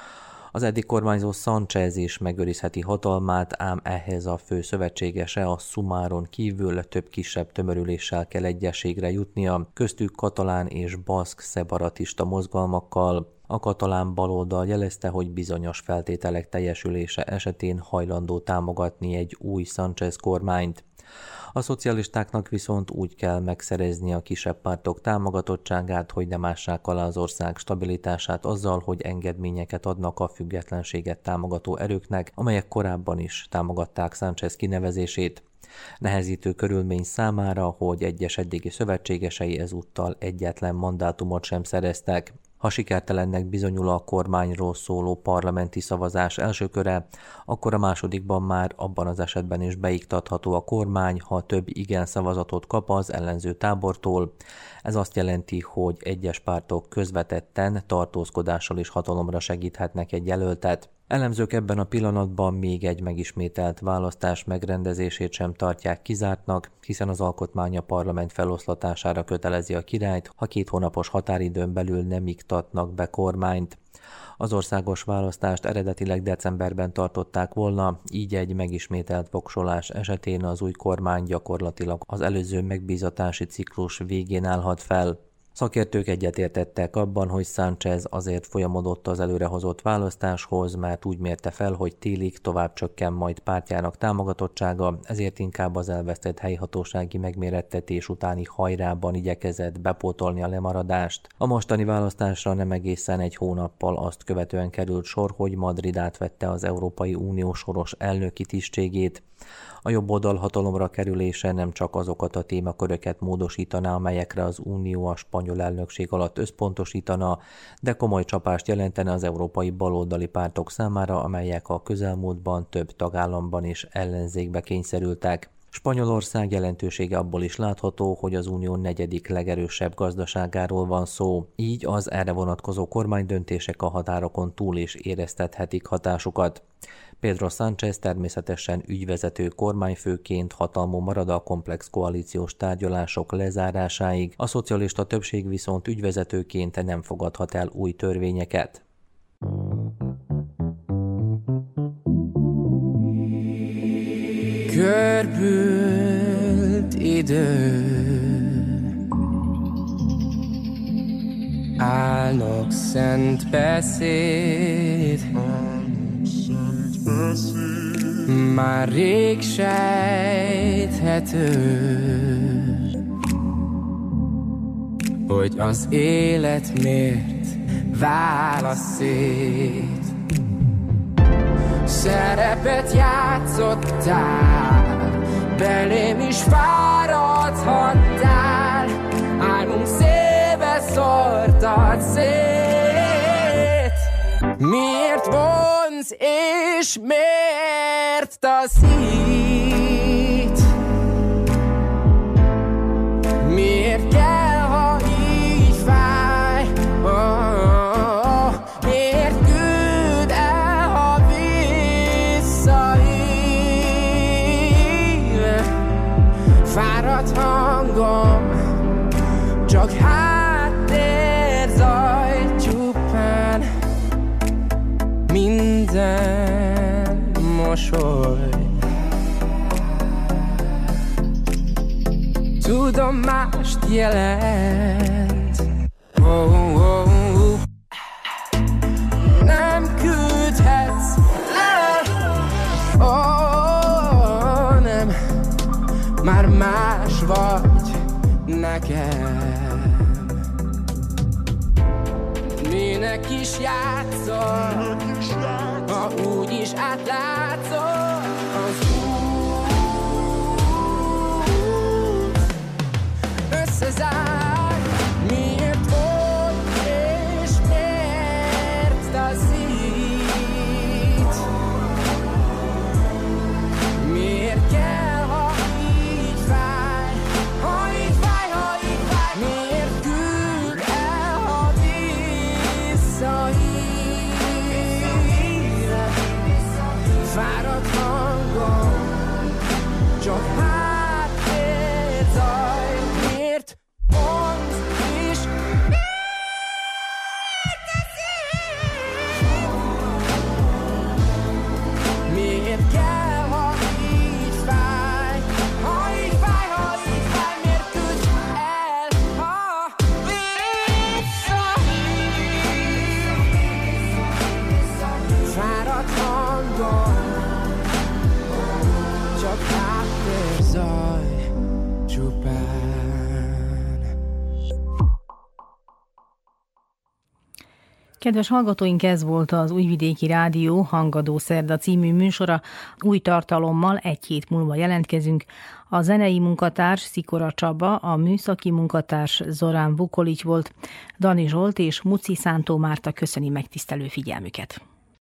Az eddig kormányzó Sánchez is megőrizheti hatalmát, ám ehhez a fő szövetségese a Sumáron kívül több kisebb tömörüléssel kell egyességre jutnia, köztük katalán és baszk szeparatista mozgalmakkal. A katalán baloldal jelezte, hogy bizonyos feltételek teljesülése esetén hajlandó támogatni egy új Sánchez kormányt. A szocialistáknak viszont úgy kell megszerezni a kisebb pártok támogatottságát, hogy nem ássák alá az ország stabilitását azzal, hogy engedményeket adnak a függetlenséget támogató erőknek, amelyek korábban is támogatták Sánchez kinevezését. Nehezítő körülmény számára, hogy egyes eddigi szövetségesei ezúttal egyetlen mandátumot sem szereztek. Ha sikertelennek bizonyul a kormányról szóló parlamenti szavazás első köre, akkor a másodikban már abban az esetben is beiktatható a kormány, ha több igen szavazatot kap az ellenző tábortól. Ez azt jelenti, hogy egyes pártok közvetetten tartózkodással is hatalomra segíthetnek egy jelöltet. Elemzők ebben a pillanatban még egy megismételt választás megrendezését sem tartják kizártnak, hiszen az alkotmány a parlament feloszlatására kötelezi a királyt, ha 2 hónapos határidőn belül nem iktatnak be kormányt. Az országos választást eredetileg decemberben tartották volna, így egy megismételt voksolás esetén az új kormány gyakorlatilag az előző megbízatási ciklus végén állhat fel. Szakértők egyetértettek abban, hogy Sánchez azért folyamodott az előrehozott választáshoz, mert úgy mérte fel, hogy télig tovább csökken majd pártjának támogatottsága, ezért inkább az elvesztett helyhatósági megmérettetés utáni hajrában igyekezett bepótolni a lemaradást. A mostani választásra nem egészen egy hónappal azt követően került sor, hogy Madrid átvette az Európai Unió soros elnöki tisztségét. A jobb oldal hatalomra kerülése nem csak azokat a témaköröket módosítaná, amelyekre az Unió a spanyol elnökség alatt összpontosítana, de komoly csapást jelentene az európai baloldali pártok számára, amelyek a közelmúltban több tagállamban is ellenzékbe kényszerültek. Spanyolország jelentősége abból is látható, hogy az unió 4. legerősebb gazdaságáról van szó, így az erre vonatkozó kormánydöntések a határokon túl is éreztethetik hatásukat. Pedro Sánchez természetesen ügyvezető kormányfőként hatalmon marad a komplex koalíciós tárgyalások lezárásáig, a szocialista többség viszont ügyvezetőként nem fogadhat el új törvényeket. Görbült idő, álnok szent beszéd, már rég sejthető, hogy az élet miért válasz szét. Szerepet játszottál, belém is fáradhattál, álmunk szébe szórtad szét. Miért vonz és miért taszít? Miért kell, ha így fáj? Miért küld el, ha visszahív? Fáradt hangom, csak háttérzaj csupán. Minden mosoly tudomást jelent. Nem küldhetsz le. minek is játszol, ha úgyis átlátszol az út. Összezár, miért volt és miért taszít, miért kell, ha így fáj, ha így fáj, ha így fáj, miért küld el, ha visszahív, fáradt hangom, csak háttérzaj, miért mondd is, miért teszik, miért kell, ha így fáj, ha így fáj, ha így fáj, miért küld el, ha visszahív, fáradt hangom, csak háttérzaj csupán. Kedves hallgatóink, ez volt az Újvidéki Rádió Hangadó Szerda című műsora. Új tartalommal egy hét múlva jelentkezünk. A zenei munkatárs Szikora Csaba, a műszaki munkatárs Zorán Vukolics volt. Dani Zsolt és Muci Szántó Márta köszöni megtisztelő figyelmüket.